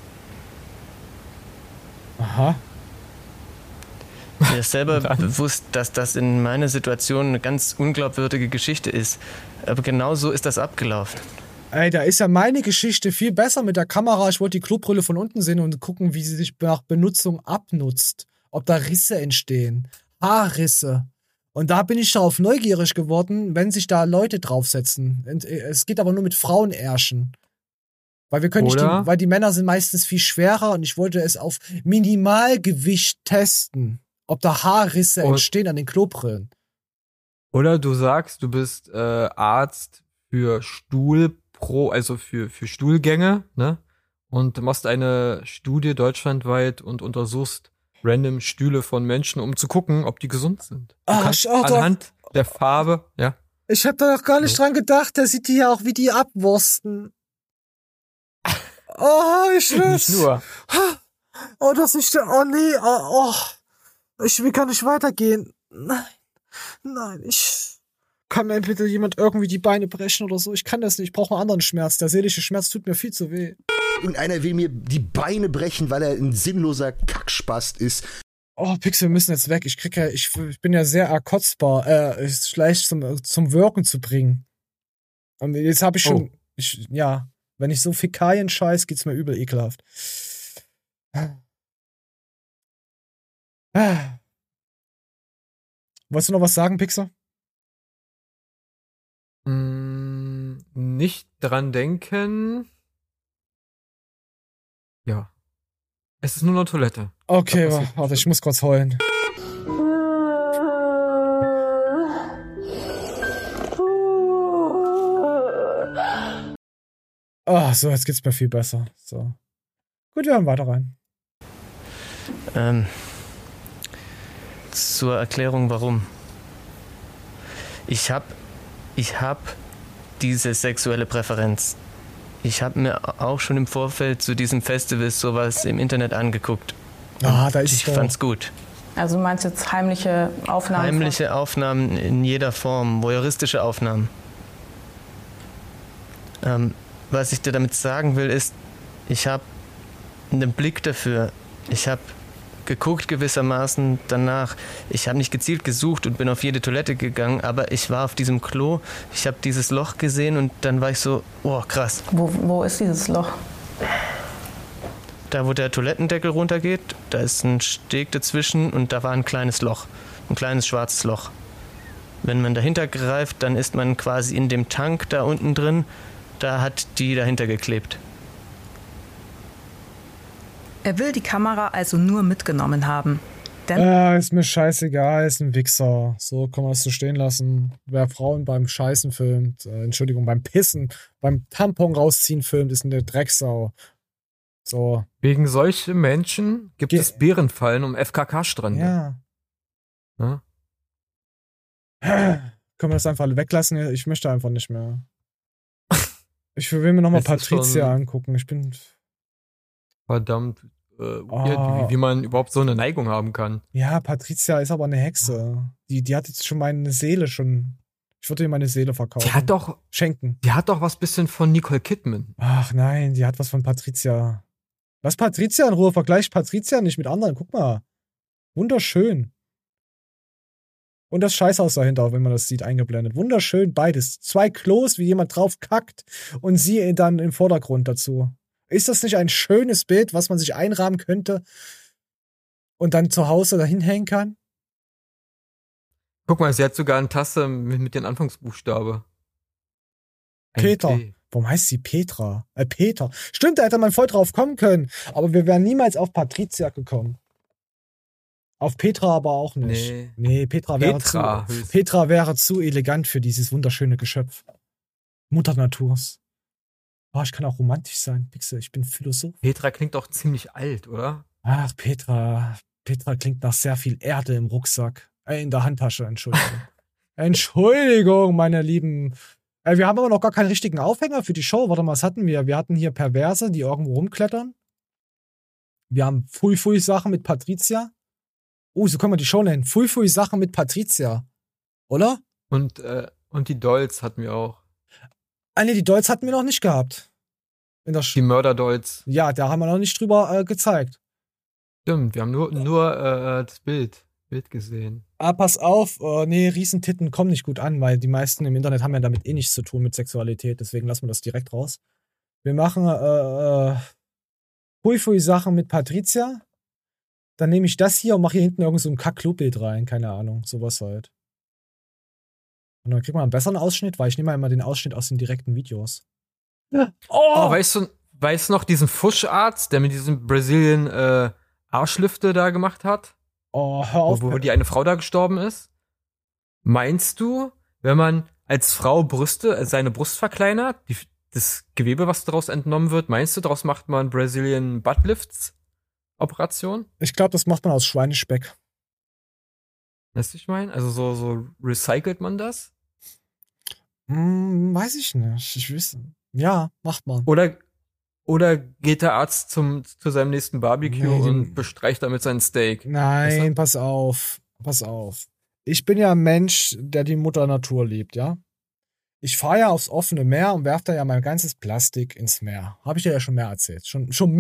A: Aha.
K: Mir ist selber bewusst, dass das in meiner Situation eine ganz unglaubwürdige Geschichte ist. Aber genau so ist das abgelaufen.
A: Ey, da ist ja meine Geschichte viel besser mit der Kamera. Ich wollte die Klobrille von unten sehen und gucken, wie sie sich nach Benutzung abnutzt. Ob da Risse entstehen. Haarrisse. Und da bin ich darauf neugierig geworden, wenn sich da Leute draufsetzen. Es geht aber nur mit Frauenärschen. Weil wir können weil die Männer sind meistens viel schwerer und ich wollte es auf Minimalgewicht testen. Ob da Haarrisse entstehen an den Klobrillen.
B: Oder du sagst, du bist Arzt für für Stuhlgänge, ne? Und machst eine Studie deutschlandweit und untersuchst random Stühle von Menschen, um zu gucken, ob die gesund sind. Anhand der Farbe, ja.
A: Ich hab da noch gar nicht dran gedacht, der sieht die ja auch wie die abwursten. Oh, ich schwör's.
B: Nicht nur.
A: Oh, wie kann ich weitergehen? Nein, kann mir bitte jemand irgendwie die Beine brechen oder so? Ich kann das nicht, ich brauche einen anderen Schmerz. Der seelische Schmerz tut mir viel zu weh.
L: Irgendeiner will mir die Beine brechen, weil er ein sinnloser Kackspast ist.
A: Oh, Pixel, wir müssen jetzt weg. Ich bin ja sehr erkotzbar. Ist leicht zum Wirken zu bringen. Und jetzt habe ich schon, wenn ich so Fäkalien scheiß, geht's mir übel ekelhaft. Wolltest du noch was sagen, Pixar?
B: Nicht dran denken. Ja. Es ist nur eine Toilette.
A: Okay, warte, ich muss kurz heulen. So, jetzt geht's mir viel besser. So. Gut, wir hören weiter rein.
K: Zur Erklärung, warum. Ich hab diese sexuelle Präferenz. Ich habe mir auch schon im Vorfeld zu diesem Festival sowas im Internet angeguckt.
A: Da ist
K: ich fand's gut.
H: Also du meinst jetzt heimliche Aufnahmen?
K: Heimliche Aufnahmen in jeder Form, voyeuristische Aufnahmen. Was ich dir damit sagen will, ist, ich habe einen Blick dafür. Ich habe geguckt gewissermaßen danach. Ich habe nicht gezielt gesucht und bin auf jede Toilette gegangen, aber ich war auf diesem Klo, ich habe dieses Loch gesehen und dann war ich so, oh krass.
H: Wo ist dieses Loch?
K: Da, wo der Toilettendeckel runtergeht, da ist ein Steg dazwischen und da war ein kleines Loch, ein kleines schwarzes Loch. Wenn man dahinter greift, dann ist man quasi in dem Tank da unten drin, da hat die dahinter geklebt.
G: Er will die Kamera also nur mitgenommen haben. Denn
A: ist mir scheißegal, ist ein Wichser. So kann man es so stehen lassen. Wer Frauen beim Scheißen filmt, beim Pissen, beim Tampon rausziehen filmt, ist eine Drecksau. So.
B: Wegen solchen Menschen gibt es Bärenfallen um FKK-Strände.
A: Ja. Können wir das einfach weglassen? Ich möchte einfach nicht mehr. Ich will mir nochmal Patricia angucken. Ich bin...
B: Verdammt, wie man überhaupt so eine Neigung haben kann.
A: Ja, Patricia ist aber eine Hexe. Die hat jetzt schon meine Seele schon. Ich würde ihr meine Seele verkaufen. Schenken.
B: Die hat doch was bisschen von Nicole Kidman.
A: Ach nein, die hat was von Patricia. Lass Patricia in Ruhe, vergleich Patricia nicht mit anderen. Guck mal. Wunderschön. Und das Scheißhaus dahinter, wenn man das sieht, eingeblendet. Wunderschön, beides. 2 Klos, wie jemand drauf kackt und sie dann im Vordergrund dazu. Ist das nicht ein schönes Bild, was man sich einrahmen könnte und dann zu Hause dahin hängen kann?
B: Guck mal, sie hat sogar eine Tasse mit den Anfangsbuchstabe.
A: Peter. Warum heißt sie Petra? Peter. Stimmt, da hätte man voll drauf kommen können. Aber wir wären niemals auf Patricia gekommen. Auf Petra aber auch nicht. Nee, Petra wäre zu elegant für dieses wunderschöne Geschöpf. Mutter Naturs. Ich kann auch romantisch sein. Pixel, ich bin Philosoph.
B: Petra klingt doch ziemlich alt, oder?
A: Ach, Petra klingt nach sehr viel Erde im Rucksack. In der Handtasche, Entschuldigung. Entschuldigung, meine Lieben. Wir haben aber noch gar keinen richtigen Aufhänger für die Show. Warte mal, was hatten wir? Wir hatten hier Perverse, die irgendwo rumklettern. Wir haben Fui-Fui-Sachen mit Patricia. So können wir die Show nennen. Fui-Fui-Sachen mit Patricia. Oder?
B: Und die Dolls hatten wir auch.
A: Nee, die Dolls hatten wir noch nicht gehabt.
B: Die Mörder-Dolls.
A: Ja, da haben wir noch nicht drüber gezeigt.
B: Stimmt, wir haben nur das Bild gesehen.
A: Pass auf, Riesentitten kommen nicht gut an, weil die meisten im Internet haben ja damit nichts zu tun mit Sexualität, deswegen lassen wir das direkt raus. Wir machen Fui-Fui-Sachen mit Patricia. Dann nehme ich das hier und mache hier hinten irgend so ein Kack-Club-Bild rein, keine Ahnung, sowas halt. Und dann kriegt man einen besseren Ausschnitt, weil ich nehme immer den Ausschnitt aus den direkten Videos.
B: Ja. Weißt du noch diesen Fuscharzt, der mit diesem Brazilian Arschlifte da gemacht hat?
A: Hör auf.
B: Wo die eine Frau da gestorben ist? Meinst du, wenn man als Frau seine Brust verkleinert, das Gewebe, was daraus entnommen wird, meinst du, daraus macht man Brazilian Buttlifts Operation?
A: Ich glaube, das macht man aus Schweinespeck.
B: Weißt du, ich meine? Also so recycelt man das?
A: Weiß ich nicht. Ich wüsste. Ja, macht man.
B: Oder geht der Arzt zu seinem nächsten Barbecue und bestreicht damit sein Steak?
A: Nein, pass auf. Ich bin ja ein Mensch, der die Mutter Natur liebt, ja? Ich fahre ja aufs offene Meer und werfe da ja mein ganzes Plastik ins Meer. Habe ich dir ja schon mehr erzählt. Schon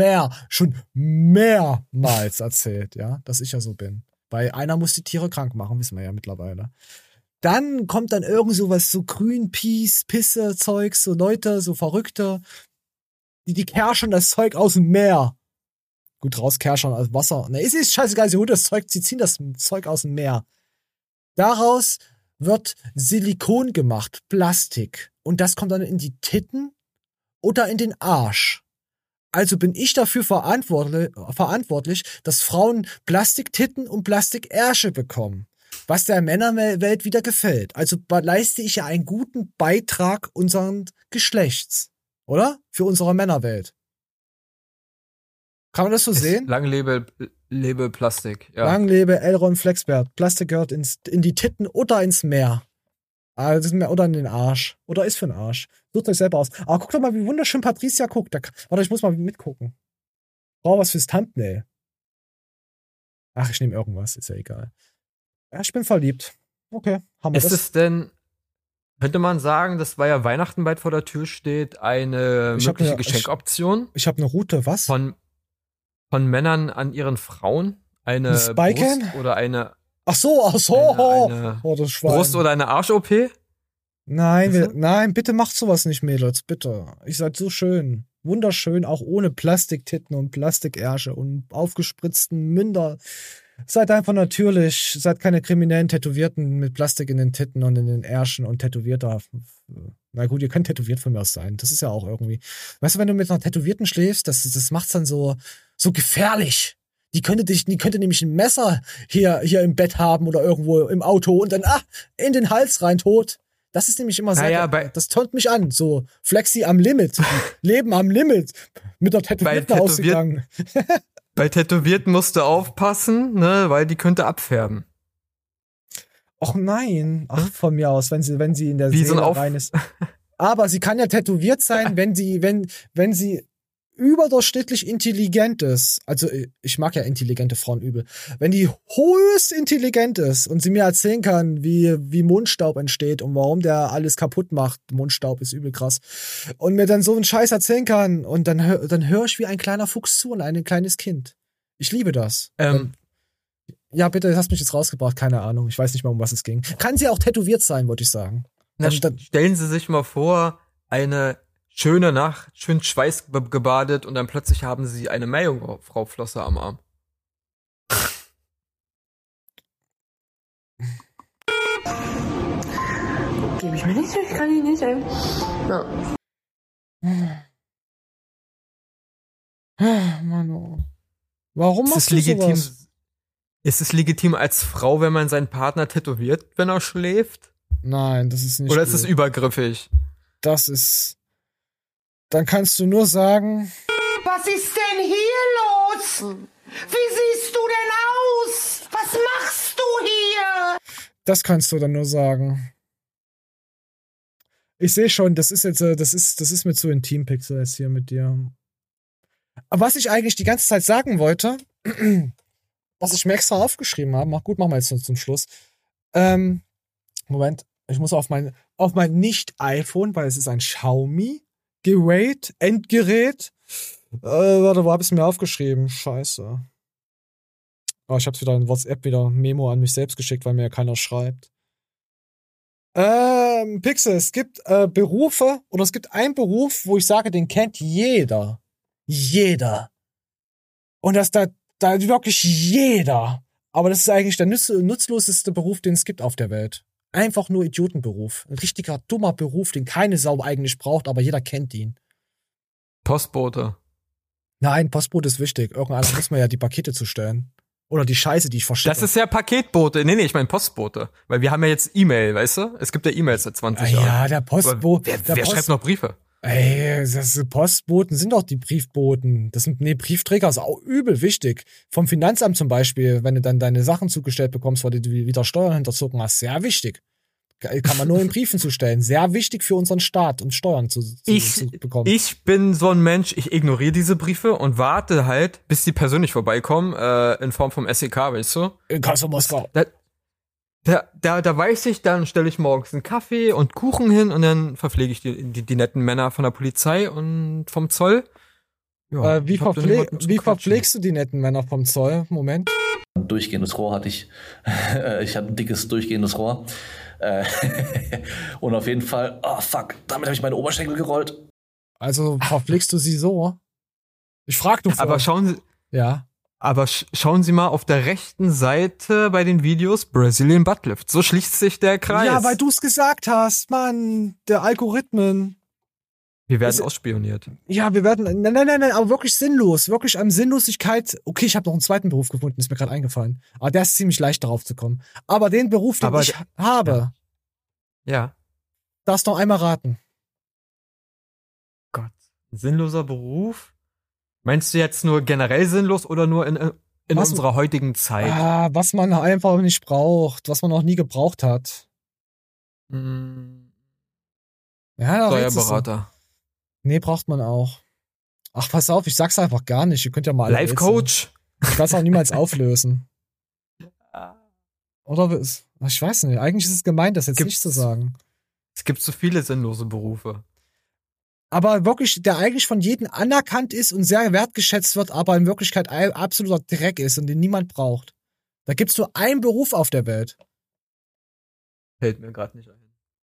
A: mehrmals erzählt, ja? Dass ich ja so bin. Weil einer muss die Tiere krank machen, wissen wir ja mittlerweile. Dann kommt dann irgend sowas, so Greenpeace, Pisse, Zeugs, so Leute, so Verrückte, die kerschern das Zeug aus dem Meer. Gut, rauskerschern aus Wasser. Ne, es ist scheißegal, sie holen das Zeug, sie ziehen das Zeug aus dem Meer. Daraus wird Silikon gemacht, Plastik. Und das kommt dann in die Titten oder in den Arsch. Also bin ich dafür verantwortlich, dass Frauen Plastiktitten und Plastikärsche bekommen. Was der Männerwelt wieder gefällt. Also leiste ich ja einen guten Beitrag unseren Geschlechts. Oder? Für unsere Männerwelt. Kann man das so sehen?
B: Lang lebe Plastik. Ja.
A: Lang lebe Elron Flexbert. Plastik gehört in die Titten oder ins Meer. Oder in den Arsch. Oder ist für den Arsch. Sucht euch selber aus. Aber guck doch mal, wie wunderschön Patricia guckt. Warte, ich muss mal mitgucken. Brauche was fürs Thumbnail. Ach, ich nehme irgendwas. Ist ja egal. Ja, ich bin verliebt. Okay, haben wir
B: das. Ist es denn, könnte man sagen, dass weil ja Weihnachten bald vor der Tür steht, eine mögliche Geschenkoption?
A: Ich habe eine Route, was?
B: Von Männern an ihren Frauen? Eine Brust oder eine...
A: Ach so.
B: Eine
A: das Schwein.
B: Brust oder eine Arsch-OP?
A: Nein, nein, bitte macht sowas nicht, Mädels, bitte. Ihr seid so schön. Wunderschön, auch ohne Plastiktitten und Plastikärsche und aufgespritzten Münder. Seid einfach natürlich, seid keine kriminellen Tätowierten mit Plastik in den Titten und in den Ärschen und tätowierter. Na gut, ihr könnt tätowiert von mir aus sein. Das ist ja auch irgendwie. Weißt du, wenn du mit einer Tätowierten schläfst, das macht's dann so gefährlich. Die könnte nämlich ein Messer hier im Bett haben oder irgendwo im Auto und dann, in den Hals rein, tot. Das ist nämlich immer sehr, das tönt mich an. So, Flexi am Limit. Leben am Limit. Mit der Tätowierten ausgegangen.
B: Bei Tätowierten musst du aufpassen, ne, weil die könnte abfärben.
A: Och nein. Ach, von mir aus, wenn sie in der Seele rein ist. Aber sie kann ja tätowiert sein, wenn sie überdurchschnittlich intelligent ist. Also, ich mag ja intelligente Frauen übel. Wenn die höchst intelligent ist und sie mir erzählen kann, wie Mundstaub entsteht und warum der alles kaputt macht. Mundstaub ist übel krass. Und mir dann so einen Scheiß erzählen kann und dann höre ich wie ein kleiner Fuchs zu und ein kleines Kind. Ich liebe das. Ja, bitte, hast mich jetzt rausgebracht. Keine Ahnung. Ich weiß nicht mal, um was es ging. Kann sie auch tätowiert sein, wollte ich sagen.
B: Dann stellen Sie sich mal vor, eine schöne Nacht, schön Schweiß gebadet und dann plötzlich haben sie eine Meerjungfrau-Flosse am Arm.
C: Gebe ich mir nicht, ich kann ihn nicht, ey. Ja.
A: Manu. Warum machst du sowas?
B: Ist es legitim als Frau, wenn man seinen Partner tätowiert, wenn er schläft?
A: Nein, das ist nicht.
B: Oder ist es übergriffig?
A: Dann kannst du nur sagen...
F: Was ist denn hier los? Wie siehst du denn aus? Was machst du hier?
A: Das kannst du dann nur sagen. Ich sehe schon, das ist mir zu intim, Pixel, jetzt hier mit dir. Aber was ich eigentlich die ganze Zeit sagen wollte, was ich mir extra aufgeschrieben habe, machen wir jetzt zum Schluss. Moment, ich muss auf mein Nicht-iPhone, weil es ist ein Xiaomi Endgerät. Warte, wo hab ich es mir aufgeschrieben? Scheiße. Oh, ich hab's wieder in WhatsApp Memo an mich selbst geschickt, weil mir ja keiner schreibt. Pixel, es gibt Berufe, oder es gibt einen Beruf, wo ich sage, den kennt jeder. Jeder. Und das da wirklich jeder. Aber das ist eigentlich der nutzloseste Beruf, den es gibt auf der Welt. Einfach nur Idiotenberuf. Ein richtiger, dummer Beruf, den keine Sau eigentlich braucht, aber jeder kennt ihn.
B: Postbote.
A: Nein, Postbote ist wichtig. Irgendeiner muss man ja die Pakete zustellen. Oder die Scheiße, die ich verschicke.
B: Das ist ja Paketbote. Nee, ich meine Postbote. Weil wir haben ja jetzt E-Mail, weißt du? Es gibt ja E-Mails seit 20 Jahren.
A: Ja, der Postbote.
B: Wer schreibt noch Briefe?
A: Ey, Postboten sind doch die Briefboten. Briefträger ist auch übel wichtig. Vom Finanzamt zum Beispiel, wenn du dann deine Sachen zugestellt bekommst, weil du wieder Steuern hinterzogen hast, sehr wichtig. Kann man nur in Briefen zustellen. Sehr wichtig für unseren Staat, um Steuern zu bekommen.
B: Ich bin so ein Mensch, ich ignoriere diese Briefe und warte halt, bis die persönlich vorbeikommen, in Form vom SEK, weißt du?
A: In Kassel, Moskau.
B: Da weiß ich, dann stelle ich morgens einen Kaffee und Kuchen hin und dann verpflege ich die netten Männer von der Polizei und vom Zoll. Ja,
A: wie verpflegst du die netten Männer vom Zoll? Moment.
M: Ein durchgehendes Rohr hatte ich. Ich hatte ein dickes durchgehendes Rohr. Und auf jeden Fall, oh fuck, damit habe ich meine Oberschenkel gerollt.
A: Also verpflegst du sie so? Ich frag nur vor.
B: Aber schauen Sie,
A: Ja.
B: aber schauen Sie mal auf der rechten Seite bei den Videos Brazilian Buttlift. So schließt sich der Kreis.
A: Ja, weil du es gesagt hast, Mann. Der Algorithmen.
B: Wir werden ausspioniert.
A: Ja, wir werden. Nein, aber wirklich sinnlos. Wirklich an Sinnlosigkeit. Okay, ich habe noch einen zweiten Beruf gefunden, ist mir gerade eingefallen. Aber der ist ziemlich leicht darauf zu kommen. Aber den Beruf, den ich habe,
B: Ja.
A: darfst noch einmal raten.
B: Gott. Sinnloser Beruf? Meinst du jetzt nur generell sinnlos oder nur in
A: Was-
B: unserer heutigen Zeit?
A: Was man einfach nicht braucht, was man noch nie gebraucht hat.
B: Hm,
A: Ja, da rätst du so.
B: Steuerberater.
A: Nee, braucht man auch. Ach, pass auf, ich sag's einfach gar nicht. Ihr könnt ja mal alle
B: Life Coach?
A: rätseln. Ich werd's auch niemals auflösen. Oder ich weiß nicht. Eigentlich ist es gemein, das jetzt nicht zu sagen.
B: Es gibt so viele sinnlose Berufe.
A: Aber wirklich, der eigentlich von jedem anerkannt ist und sehr wertgeschätzt wird, aber in Wirklichkeit absoluter Dreck ist und den niemand braucht. Da gibt's nur einen Beruf auf der Welt.
B: Fällt mir gerade nicht ein.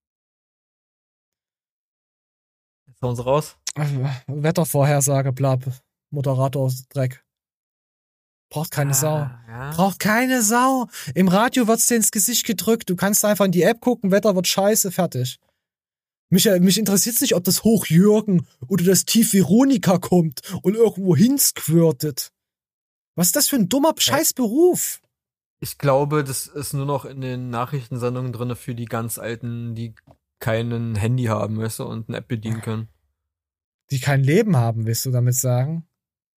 B: Jetzt hauen sie raus.
A: Wettervorhersage, blab. Moderator Dreck. Braucht keine Sau.
B: Ja.
A: Braucht keine Sau. Im Radio wird's dir ins Gesicht gedrückt. Du kannst einfach in die App gucken, Wetter wird scheiße, fertig. Mich interessiert's nicht, ob das Hochjürgen oder das Tief Veronika kommt und irgendwo hinsquirtet. Was ist das für ein dummer Scheißberuf?
B: Ich glaube, das ist nur noch in den Nachrichtensendungen drin für die ganz Alten, die keinen Handy haben, weißt du, und eine App bedienen können.
A: Die kein Leben haben, willst du damit sagen?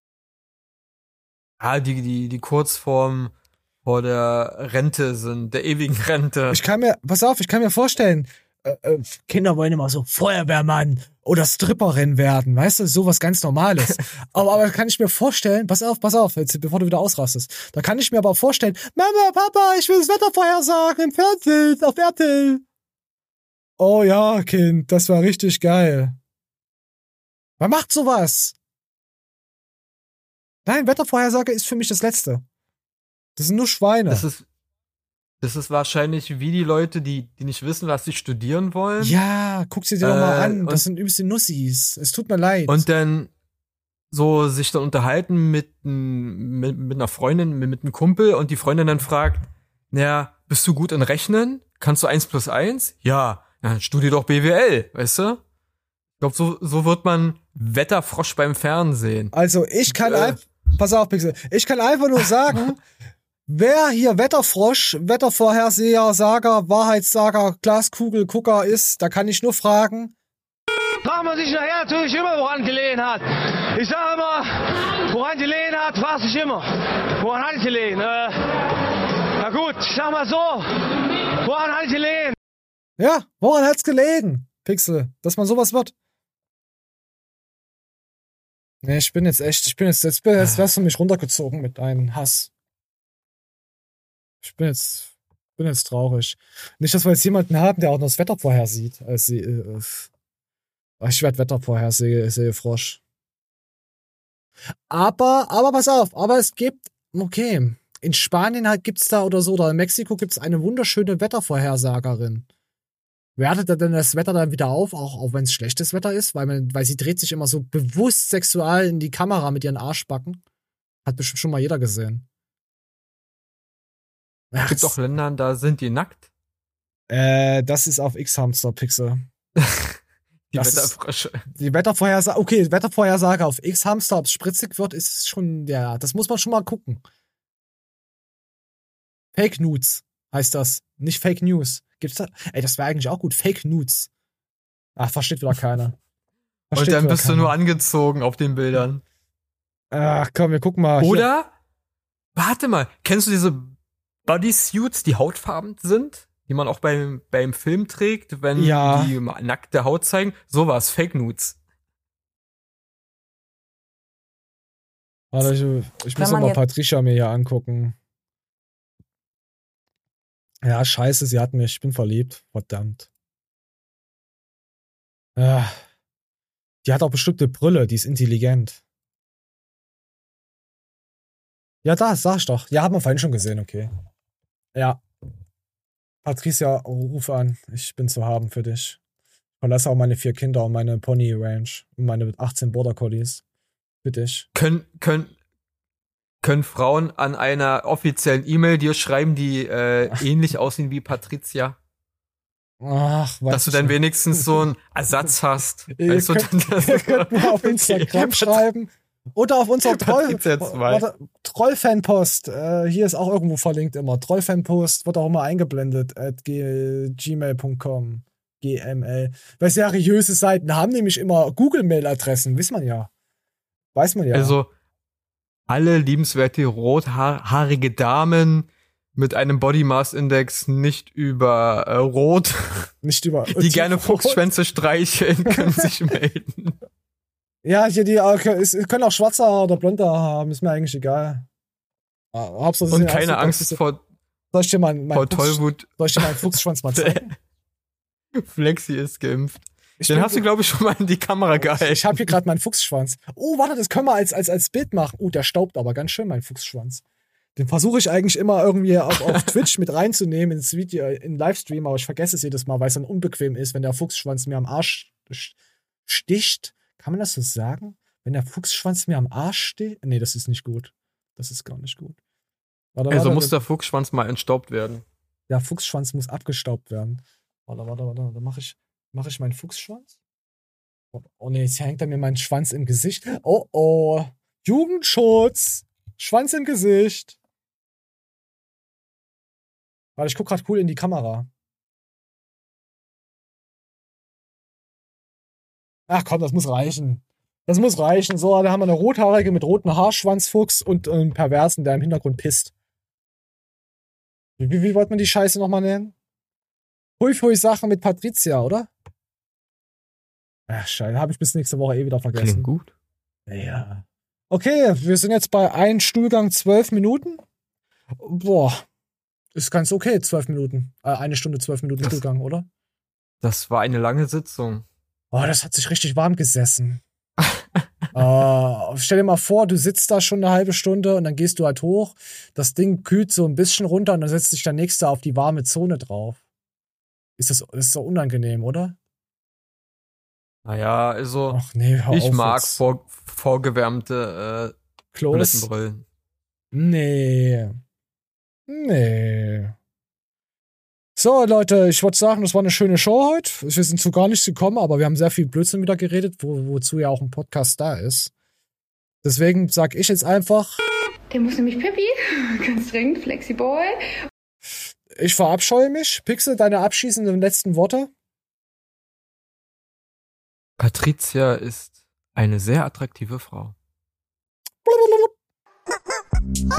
B: Ah, die kurz vor der Rente sind, der ewigen Rente.
A: Pass auf, ich kann mir vorstellen, Kinder wollen immer so Feuerwehrmann oder Stripperin werden, weißt du, sowas ganz Normales. aber kann ich mir vorstellen, pass auf, jetzt, bevor du wieder ausrastest, da kann ich mir aber vorstellen, Mama, Papa, ich will das Wetter vorhersagen im Fernsehen, auf RTL. Oh ja, Kind, das war richtig geil. Wer macht sowas? Nein, Wettervorhersage ist für mich das Letzte. Das sind nur Schweine.
B: Das ist wahrscheinlich wie die Leute, die nicht wissen, was sie studieren wollen.
A: Ja, guck sie dir doch mal an. Das sind übelste Nussis. Es tut mir leid.
B: Und dann so sich dann unterhalten mit einer Freundin, mit einem Kumpel und die Freundin dann fragt, naja, bist du gut in Rechnen? Kannst du 1 plus 1? Ja, dann studier doch BWL, weißt du? Ich glaube, so wird man Wetterfrosch beim Fernsehen.
A: Also ich kann pass auf, Pixel, ich kann einfach nur sagen, wer hier Wetterfrosch, Wettervorherseher, Sager, Wahrheitssager, Glaskugel, Gucker ist, da kann ich nur fragen.
N: Fragt man sich nachher natürlich immer, woran gelegen hat. Ich sage immer, woran gelegen hat, fragt sich immer. Woran hat es gelegen? Na gut, ich sag mal so, woran hat es gelegen?
A: Ja, woran hat's gelegen, Pixel, dass man sowas wird? Nee, jetzt wärst du mich runtergezogen mit deinem Hass. Ich bin jetzt traurig. Nicht, dass wir jetzt jemanden haben, der auch noch das Wetter vorhersieht. Ich werde Wetter vorhersehe, Frosch. Aber pass auf, es gibt, okay, in Spanien halt gibt's da oder so, oder in Mexiko gibt's eine wunderschöne Wettervorhersagerin. Wertet er denn das Wetter dann wieder auf, auch wenn es schlechtes Wetter ist? Weil sie dreht sich immer so bewusst sexual in die Kamera mit ihren Arschbacken. Hat bestimmt schon mal jeder gesehen.
B: Es gibt auch Länder, da sind die nackt.
A: Das ist auf X-Hamster, Pixel.
B: Die Wetterfrösche.
A: Die Wettervorhersage, okay, Wettervorhersage auf X-Hamster, ob es spritzig wird, ist schon, ja, das muss man schon mal gucken. Fake Nudes heißt das, nicht Fake News. Gibt's da? Ey, das wäre eigentlich auch gut. Fake Nudes. Ach, versteht wieder keiner.
B: Und dann bist du nur angezogen auf den Bildern.
A: Ach komm, wir gucken mal.
B: Oder? Warte mal, kennst du diese Bodysuits, die hautfarben sind? Die man auch beim Film trägt, wenn die nackte Haut zeigen? Sowas, Fake Nudes.
A: Warte, ich muss noch mal Patricia mir hier angucken. Ja, scheiße, sie hat mich. Ich bin verliebt. Verdammt. Ja. Die hat auch bestimmt eine Brille, die ist intelligent. Ja, das sag ich doch. Ja, haben wir vorhin schon gesehen, okay. Ja. Patricia, ruf an. Ich bin zu haben für dich. Ich verlasse auch meine 4 Kinder und meine Pony Ranch und meine 18 Border Collies. Für dich.
B: Können Frauen an einer offiziellen E-Mail dir schreiben, die ähnlich aussehen wie Patricia?
A: Ach,
B: dass du dann wenigstens so einen Ersatz hast.
A: Ihr könnt mir auf Instagram schreiben. Oder auf unserer Trollfanpost. Hier ist auch irgendwo verlinkt immer. Trollfanpost wird auch immer eingeblendet at gmail.com. GML. Weil seriöse Seiten haben nämlich immer Google-Mail-Adressen, weiß man ja.
B: Also, alle liebenswerte rothaarige Damen mit einem Body Mass Index nicht über Rot, die gerne Fuchsschwänze streicheln, können sich melden.
A: Ja, hier können auch schwarze Haare oder blonde Haare haben, ist mir eigentlich egal. Hauptsache,
B: und keine Angst vor
A: Tollwut. Soll ich dir meinen Fuchsschwanz mal zeigen?
B: Flexi ist geimpft. Den hast du, glaube ich, schon mal in die Kamera gehalten.
A: Ich habe hier gerade meinen Fuchsschwanz. Oh, warte, das können wir als Bild machen. Oh, der staubt aber ganz schön, mein Fuchsschwanz. Den versuche ich eigentlich immer irgendwie auf Twitch mit reinzunehmen ins Video, in Livestream, aber ich vergesse es jedes Mal, weil es dann unbequem ist, wenn der Fuchsschwanz mir am Arsch sticht. Kann man das so sagen? Wenn der Fuchsschwanz mir am Arsch sticht? Nee, das ist nicht gut. Das ist gar nicht gut.
B: Also muss der Fuchsschwanz mal entstaubt werden.
A: Der Fuchsschwanz muss abgestaubt werden. Warte. Dann mache ich meinen Fuchsschwanz. Oh nee, jetzt hängt er mir meinen Schwanz im Gesicht. Oh. Jugendschutz. Schwanz im Gesicht. Warte, ich guck grad cool in die Kamera. Ach komm, das muss reichen. So, da haben wir eine rothaarige mit rotem Haarschwanzfuchs und einen Perversen, der im Hintergrund pisst. Wie wollte man die Scheiße nochmal nennen? Hui-Hui-Sache mit Patricia, oder? Ach, Scheiße, habe ich bis nächste Woche wieder vergessen.
B: Klingt gut.
A: Ja. Okay, wir sind jetzt bei einem Stuhlgang 12 Minuten. Boah, ist ganz okay, 12 Minuten. 1 Stunde, 12 Minuten Stuhlgang, oder?
B: Das war eine lange Sitzung.
A: Oh, das hat sich richtig warm gesessen. Stell dir mal vor, du sitzt da schon eine halbe Stunde und dann gehst du halt hoch. Das Ding kühlt so ein bisschen runter und dann setzt sich der Nächste auf die warme Zone drauf. Ist so unangenehm, oder?
B: Naja, also
A: ach nee,
B: ich mag vorgewärmte Toilettenbrillen.
A: Nee. So, Leute, ich wollte sagen, das war eine schöne Show heute. Wir sind zu gar nichts gekommen, aber wir haben sehr viel Blödsinn wieder geredet, wozu ja auch ein Podcast da ist. Deswegen sag ich jetzt einfach...
C: Der muss nämlich Pippi. Ganz dringend, Flexiboy.
A: Ich verabscheue mich. Pixel, deine abschließenden letzten Worte?
B: Patricia ist eine sehr attraktive Frau.